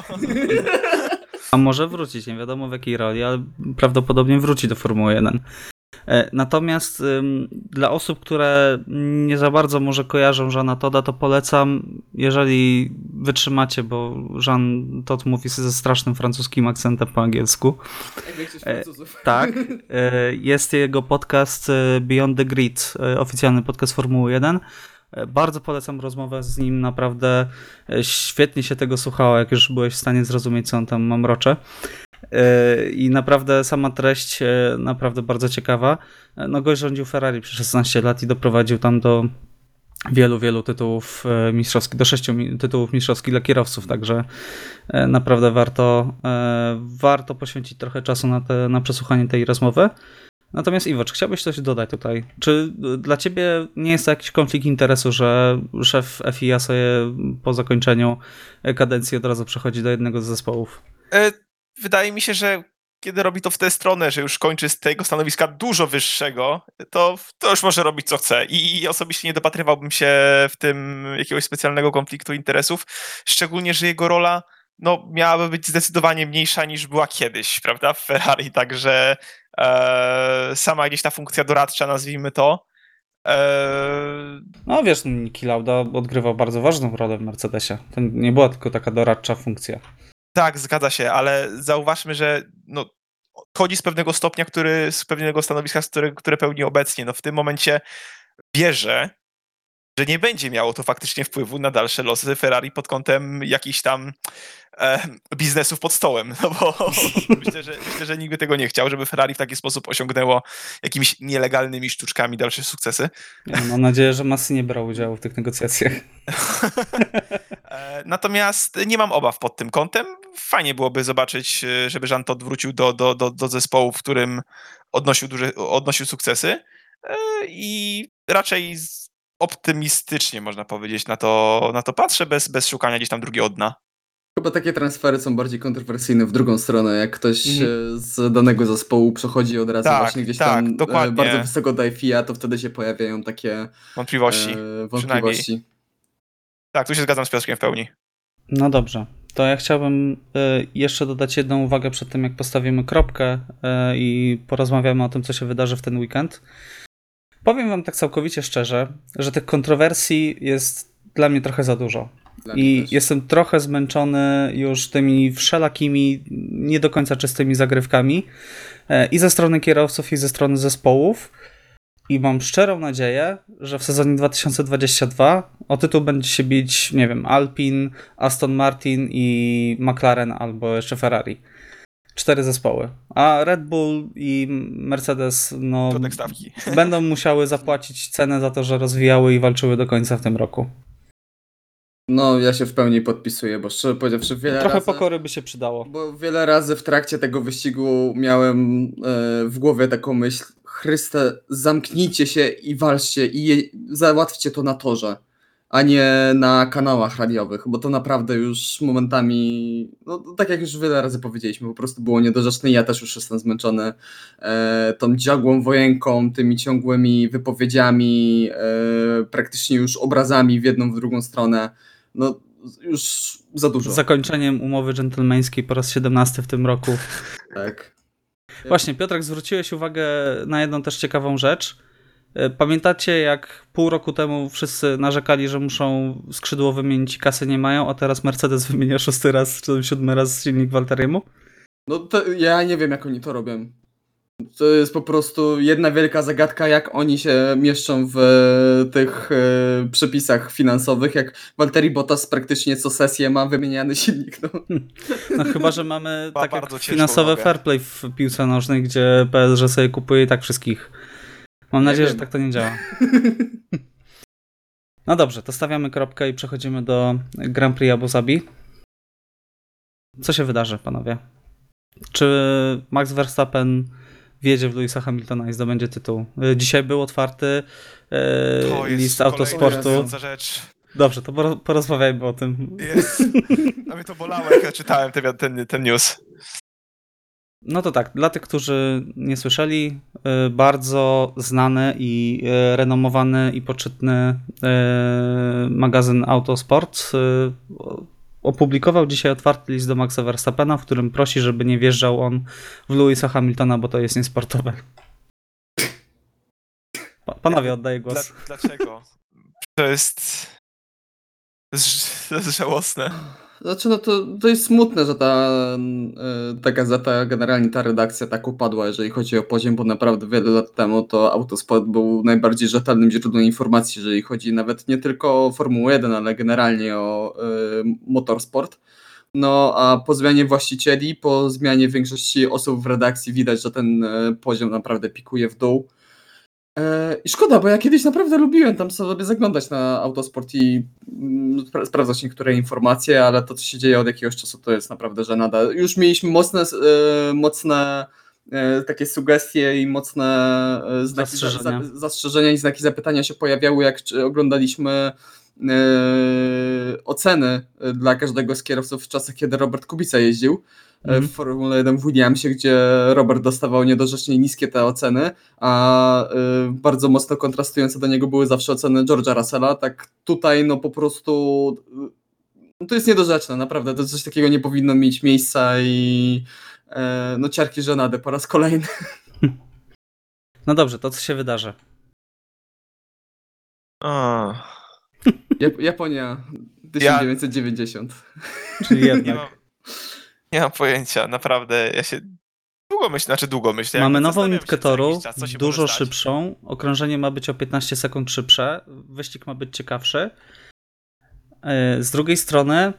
A może wrócić, nie wiadomo w jakiej roli, ale prawdopodobnie wróci do Formuły jeden. E, Natomiast ym, dla osób, które nie za bardzo może kojarzą Jeana Todda, to polecam, jeżeli wytrzymacie, bo Jean Todt mówi ze strasznym francuskim akcentem po angielsku. Jak większość E, Francuzów. Tak, e, jest jego podcast e, Beyond the Grid, e, oficjalny podcast Formuły jeden. E, Bardzo polecam rozmowę z nim, naprawdę e, świetnie się tego słuchało, jak już byłeś w stanie zrozumieć, co on tam mamrocze. E, I naprawdę sama treść e, naprawdę bardzo ciekawa. E, No gość rządził Ferrari przez szesnaście lat i doprowadził tam do wielu, wielu tytułów e, mistrzowskich, do sześciu mi- tytułów mistrzowskich dla kierowców, także e, naprawdę warto, e, warto poświęcić trochę czasu na, te, na przesłuchanie tej rozmowy. Natomiast Iwo, czy chciałbyś coś dodać tutaj? Czy y, dla ciebie nie jest to jakiś konflikt interesu, że szef F I A sobie po zakończeniu kadencji od razu przechodzi do jednego z zespołów? E, Wydaje mi się, że kiedy robi to w tę stronę, że już kończy z tego stanowiska dużo wyższego, to, to już może robić co chce. I osobiście nie dopatrywałbym się w tym jakiegoś specjalnego konfliktu interesów, szczególnie, że jego rola no, miałaby być zdecydowanie mniejsza niż była kiedyś, prawda, w Ferrari, także e, sama gdzieś ta funkcja doradcza, nazwijmy to, e, No wiesz, Niki Lauda odgrywał bardzo ważną rolę w Mercedesie. To nie była tylko taka doradcza funkcja. tak, zgadza się, ale zauważmy, że no, odchodzi z pewnego stopnia, który, z pewnego stanowiska, z które, które pełni obecnie. No, w tym momencie bierze, że nie będzie miało to faktycznie wpływu na dalsze losy Ferrari pod kątem jakichś tam e, biznesów pod stołem, no bo myślę, że, myślę, że nikt by tego nie chciał, żeby Ferrari w taki sposób osiągnęło jakimiś nielegalnymi sztuczkami dalsze sukcesy. Ja mam nadzieję, że Masy nie brał udziału w tych negocjacjach. E, Natomiast nie mam obaw pod tym kątem. Fajnie byłoby zobaczyć, e, żeby Jean Todt wrócił do, do, do, do zespołu, w którym odnosił, duże, odnosił sukcesy e, i raczej z- optymistycznie, można powiedzieć, na to, na to patrzę, bez, bez szukania gdzieś tam drugiego dna. Chyba takie transfery są bardziej kontrowersyjne w drugą stronę, jak ktoś Mhm. e, z danego zespołu przechodzi od razu Tak, właśnie gdzieś tak, tam e, dokładnie. bardzo wysoko do F I A, to wtedy się pojawiają takie Wątpliwości. e, wątpliwości. Tak, tu się zgadzam z Piotrkiem w pełni. No dobrze, to ja chciałbym y, jeszcze dodać jedną uwagę przed tym, jak postawimy kropkę y, i porozmawiamy o tym, co się wydarzy w ten weekend. Powiem wam tak całkowicie szczerze, że tych kontrowersji jest dla mnie trochę za dużo. Dla mnie I też. jestem trochę zmęczony już tymi wszelakimi, nie do końca czystymi zagrywkami e, i ze strony kierowców, i ze strony zespołów. I mam szczerą nadzieję, że w sezonie dwa tysiące dwudziestym drugim o tytuł będzie się bić, nie wiem, Alpine, Aston Martin i McLaren albo jeszcze Ferrari. Cztery zespoły. A Red Bull i Mercedes no, Środek stawki. będą musiały zapłacić cenę za to, że rozwijały i walczyły do końca w tym roku. No, ja się w pełni podpisuję, bo szczerze powiedziawszy wiele Trochę razy... pokory by się przydało. Bo wiele razy w trakcie tego wyścigu miałem e, w głowie taką myśl: Chryste, zamknijcie się i walczcie i je, załatwcie to na torze, a nie na kanałach radiowych, bo to naprawdę już momentami, no tak jak już wiele razy powiedzieliśmy, po prostu było niedorzeczne i ja też już jestem zmęczony e, tą dziagłą wojenką, tymi ciągłymi wypowiedziami, e, praktycznie już obrazami w jedną, w drugą stronę. No już za dużo. Z zakończeniem umowy dżentelmeńskiej po raz siedemnasty w tym roku. Tak. Właśnie, Piotrek, zwróciłeś uwagę na jedną też ciekawą rzecz. Pamiętacie, jak pół roku temu wszyscy narzekali, że muszą skrzydło wymienić i kasy nie mają, a teraz Mercedes wymienia szósty raz, czy tam siódmy raz silnik Valtteriemu? No to ja nie wiem, jak oni to robią. To jest po prostu jedna wielka zagadka, jak oni się mieszczą w tych e, przepisach finansowych, jak Valtteri Bottas praktycznie co sesję ma wymieniany silnik. No. No chyba, że mamy Ma tak jak bardzo ciężką finansowe nogę. fair play w piłce nożnej, gdzie P S G sobie kupuje i tak wszystkich. Mam Nie nadzieję, wiem. że tak to nie działa. No dobrze, to stawiamy kropkę i przechodzimy do Grand Prix Abu Zabi. Co się wydarzy, panowie? Czy Max Verstappen wjedzie w Lewisa Hamiltona i zdobędzie tytuł? Dzisiaj był otwarty e, To jest list kolejna autosportu. interesująca rzecz. Dobrze, to poro- porozmawiajmy o tym. Jest. A mnie to bolało, jak ja czytałem ten, ten, ten news. No to tak, dla tych, którzy nie słyszeli, y, bardzo znany i y, renomowany i poczytny y, magazyn Autosport y, opublikował dzisiaj otwarty list do Maxa Verstappena, w którym prosi, żeby nie wjeżdżał on w Lewisa Hamiltona, bo to jest niesportowe. Pa- Panowie, oddaję Dla, głos. dlaczego? To jest... To jest, to jest żałosne. Znaczy, no to, to jest smutne, że ta, y, ta gazeta, generalnie ta redakcja tak upadła, jeżeli chodzi o poziom, bo naprawdę wiele lat temu to Autosport był najbardziej rzetelnym źródłem informacji, jeżeli chodzi nawet nie tylko o Formułę jeden, ale generalnie o y, motorsport. No a po zmianie właścicieli, po zmianie większości osób w redakcji widać, że ten y, poziom naprawdę pikuje w dół. E, I szkoda, bo ja kiedyś naprawdę lubiłem tam sobie zaglądać na Autosport i mm, spra- sprawdzać niektóre informacje, ale to, co się dzieje od jakiegoś czasu, to jest naprawdę żenada. Już mieliśmy mocne, e, mocne e, takie sugestie i mocne e, znaki za, Zastrzeżenia. za, zastrzeżenia i znaki zapytania się pojawiały, jak czy oglądaliśmy e, oceny e, dla każdego z kierowców w czasach, kiedy Robert Kubica jeździł e, Mhm. w Formule jeden w Williamsie, gdzie Robert dostawał niedorzecznie niskie te oceny, a y, bardzo mocno kontrastujące do niego były zawsze oceny George'a Russella. Tak tutaj no po prostu y, no to jest niedorzeczne, naprawdę. To coś takiego nie powinno mieć miejsca i e, no ciarki żenady po raz kolejny. No dobrze, to co się wydarzy? O, Jap- Japonia tysiąc dziewięćset dziewięćdziesiąt. Czyli nie, jednak. mam, nie mam pojęcia, naprawdę. Ja się długo myślę, znaczy długo myślę. Mamy jakby nową zastanawiam nitkę się co jakiś toru, czas, co się dużo może stać. szybszą. Okrążenie ma być o piętnaście sekund szybsze. Wyścig ma być ciekawszy. Yy, Z drugiej strony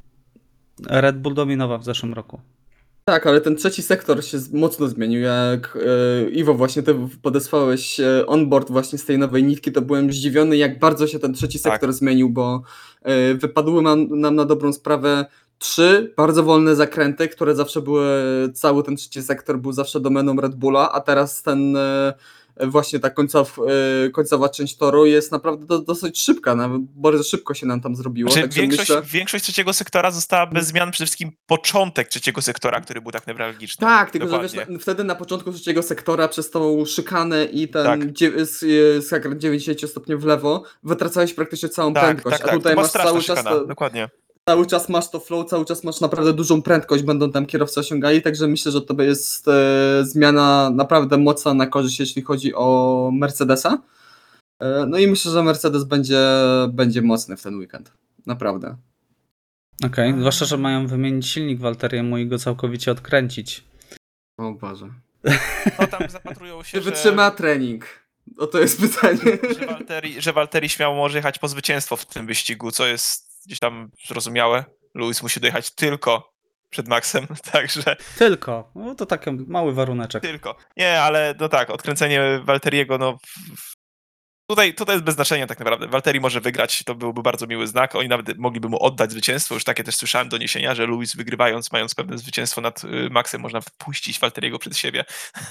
Red Bull dominował w zeszłym roku. Tak, ale ten trzeci sektor się z- mocno zmienił. Jak e, Iwo, właśnie ty podesłałeś e, onboard właśnie z tej nowej nitki, to byłem zdziwiony, jak bardzo się ten trzeci Tak. sektor zmienił, bo e, wypadły nam, nam na dobrą sprawę trzy bardzo wolne zakręty, które zawsze były, cały ten trzeci sektor był zawsze domeną Red Bulla, a teraz ten e, właśnie ta końcow, e, końcowa część toru jest naprawdę do, dosyć szybka, nawet bardzo szybko się nam tam zrobiło. Znaczy, Także większość, myślę, większość trzeciego sektora została bez zmian, przede wszystkim początek trzeciego sektora, który był tak newralgiczny. tak, tylko Dokładnie. że wiesz, na- wtedy na początku trzeciego sektora przez tą szykanę i ten Tak. dzie- z- z zakręt dziewięćdziesiąt stopni w lewo wytracałeś praktycznie całą Tak, prędkość, tak, tak. a To tutaj była masz straszna cały czas, szykana, to, dokładnie. cały czas masz to flow, cały czas masz naprawdę dużą prędkość, będą tam kierowcy osiągali, także myślę, że to jest e, zmiana naprawdę mocna na korzyść, jeśli chodzi o Mercedesa. E, no i myślę, że Mercedes będzie, będzie mocny w ten weekend. Naprawdę. Okej, zwłaszcza, że mają wymienić silnik Walteriemu i go całkowicie odkręcić. O Boże. No tam zapatrują się, Czy że, wytrzyma trening? O to jest pytanie. że, Valtteri, że Valtteri śmiało może jechać po zwycięstwo w tym wyścigu, co jest gdzieś tam zrozumiałe. Lewis musi dojechać tylko przed Maxem, także Tylko. No to taki mały waruneczek. tylko. Nie, ale no tak, odkręcenie Valtteriego, no w- w- tutaj, tutaj jest bez znaczenia tak naprawdę. Valtteri może wygrać, to byłby bardzo miły znak. Oni nawet mogliby mu oddać zwycięstwo. Już takie też słyszałem doniesienia, że Lewis wygrywając, mając pewne zwycięstwo nad y, Maxem, można wpuścić Valtteriego przed siebie.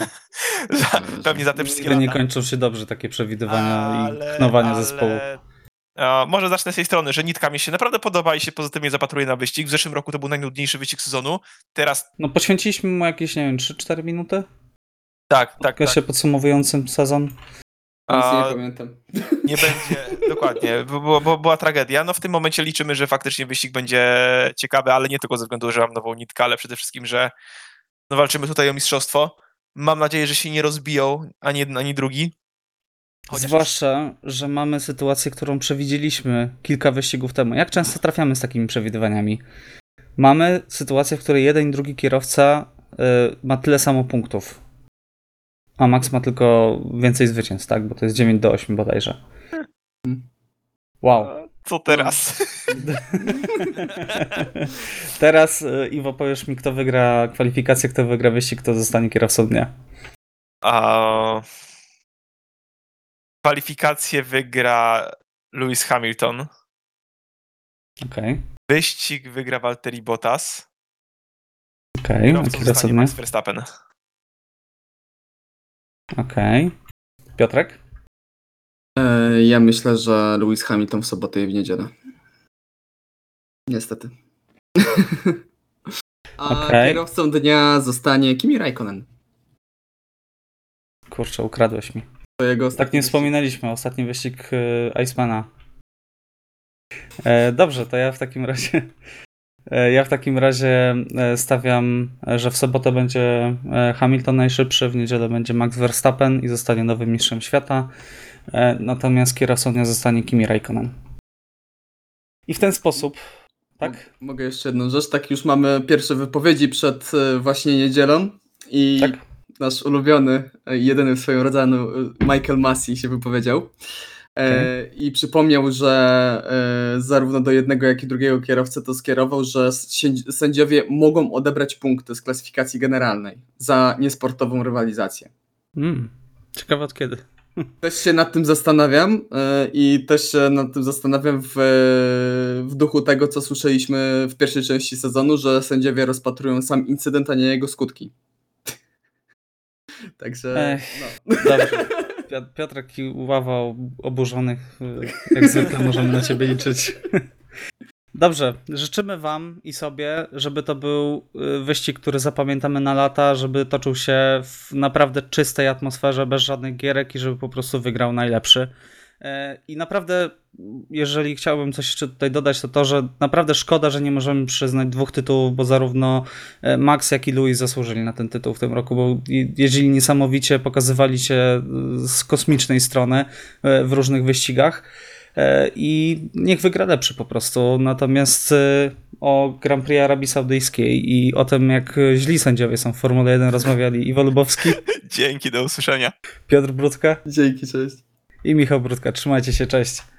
Za- Pewnie za te wszystkie Nigdy nie lata. kończą się dobrze takie przewidywania Ale- i knowania ale- zespołu. A, może zacznę z tej strony, że nitka mi się naprawdę podoba i się pozytywnie zapatruje na wyścig. W zeszłym roku to był najnudniejszy wyścig sezonu. Teraz No poświęciliśmy mu jakieś, nie wiem, trzy cztery minuty? tak, tak, W tak. się podsumowującym sezon. Nic A, nie pamiętam. nie będzie, dokładnie, bo, bo, bo była tragedia. No w tym momencie liczymy, że faktycznie wyścig będzie ciekawy, ale nie tylko ze względu, że mam nową nitkę, ale przede wszystkim, że no walczymy tutaj o mistrzostwo. Mam nadzieję, że się nie rozbiją ani jeden, ani drugi. Chociaż Zwłaszcza, że mamy sytuację, którą przewidzieliśmy kilka wyścigów temu. Jak często trafiamy z takimi przewidywaniami? Mamy sytuację, w której jeden i drugi kierowca y, ma tyle samo punktów. A Max ma tylko więcej zwycięstw, tak? Bo to jest dziewięć do ośmiu bodajże. Wow. Co teraz? Teraz y, Iwo, powiesz mi, kto wygra kwalifikację, kto wygra wyścig, kto zostanie kierowcą dnia. A... Kwalifikację wygra Lewis Hamilton. Okej, Wyścig wygra Valtteri Bottas. okej, a Kierowcą kierowcą zostanie dnia? Max Verstappen. Okej. Piotrek? E, ja myślę, że Lewis Hamilton w sobotę i w niedzielę. Niestety. A Okej. kierowcą dnia zostanie Kimi Raikkonen. Kurczę, ukradłeś mi. To jego Tak ostatni nie wyścig. wspominaliśmy, ostatni wyścig y, Icemana. E, dobrze, to ja w takim razie e, ja w takim razie e, stawiam, e, że w sobotę będzie e, Hamilton najszybszy, w niedzielę będzie Max Verstappen i zostanie nowym mistrzem świata, e, natomiast kierowcą dnia zostanie Kimi Raikkonen. I w ten sposób, tak? Mogę jeszcze jedną rzecz. Tak, już mamy pierwsze wypowiedzi przed e, właśnie niedzielą i Tak? nasz ulubiony, e, jedyny w swoim rodzaju e, Michael Massey się wypowiedział. E, I przypomniał, że e, zarówno do jednego, jak i drugiego kierowcy to skierował, że sędzi- sędziowie mogą odebrać punkty z klasyfikacji generalnej za niesportową rywalizację. Mm, ciekawe od kiedy. Też się nad tym zastanawiam e, i też się nad tym zastanawiam w, w duchu tego, co słyszeliśmy w pierwszej części sezonu, że sędziowie rozpatrują sam incydent, a nie jego skutki. Także Ech. no. Dobrze. Pio- Piotrek i ława oburzonych, y, jak zwykle możemy na ciebie liczyć. Dobrze, życzymy wam i sobie, żeby to był y, wyścig, który zapamiętamy na lata, żeby toczył się w naprawdę czystej atmosferze, bez żadnych gierek i żeby po prostu wygrał najlepszy. E, I naprawdę, jeżeli chciałbym coś jeszcze tutaj dodać, to to, że naprawdę szkoda, że nie możemy przyznać dwóch tytułów, bo zarówno e, Max, jak i Lewis zasłużyli na ten tytuł w tym roku, bo je- jeździli niesamowicie, pokazywali się e, z kosmicznej strony e, w różnych wyścigach. E, I niech wygra lepszy po prostu. Natomiast e, o Grand Prix Arabii Saudyjskiej i o tym, jak źli sędziowie są w Formule jeden, rozmawiali Iwo Lubowski, Dzięki, do usłyszenia. Piotr Brudka Dzięki, cześć. i Michał Brudka. Trzymajcie się, cześć.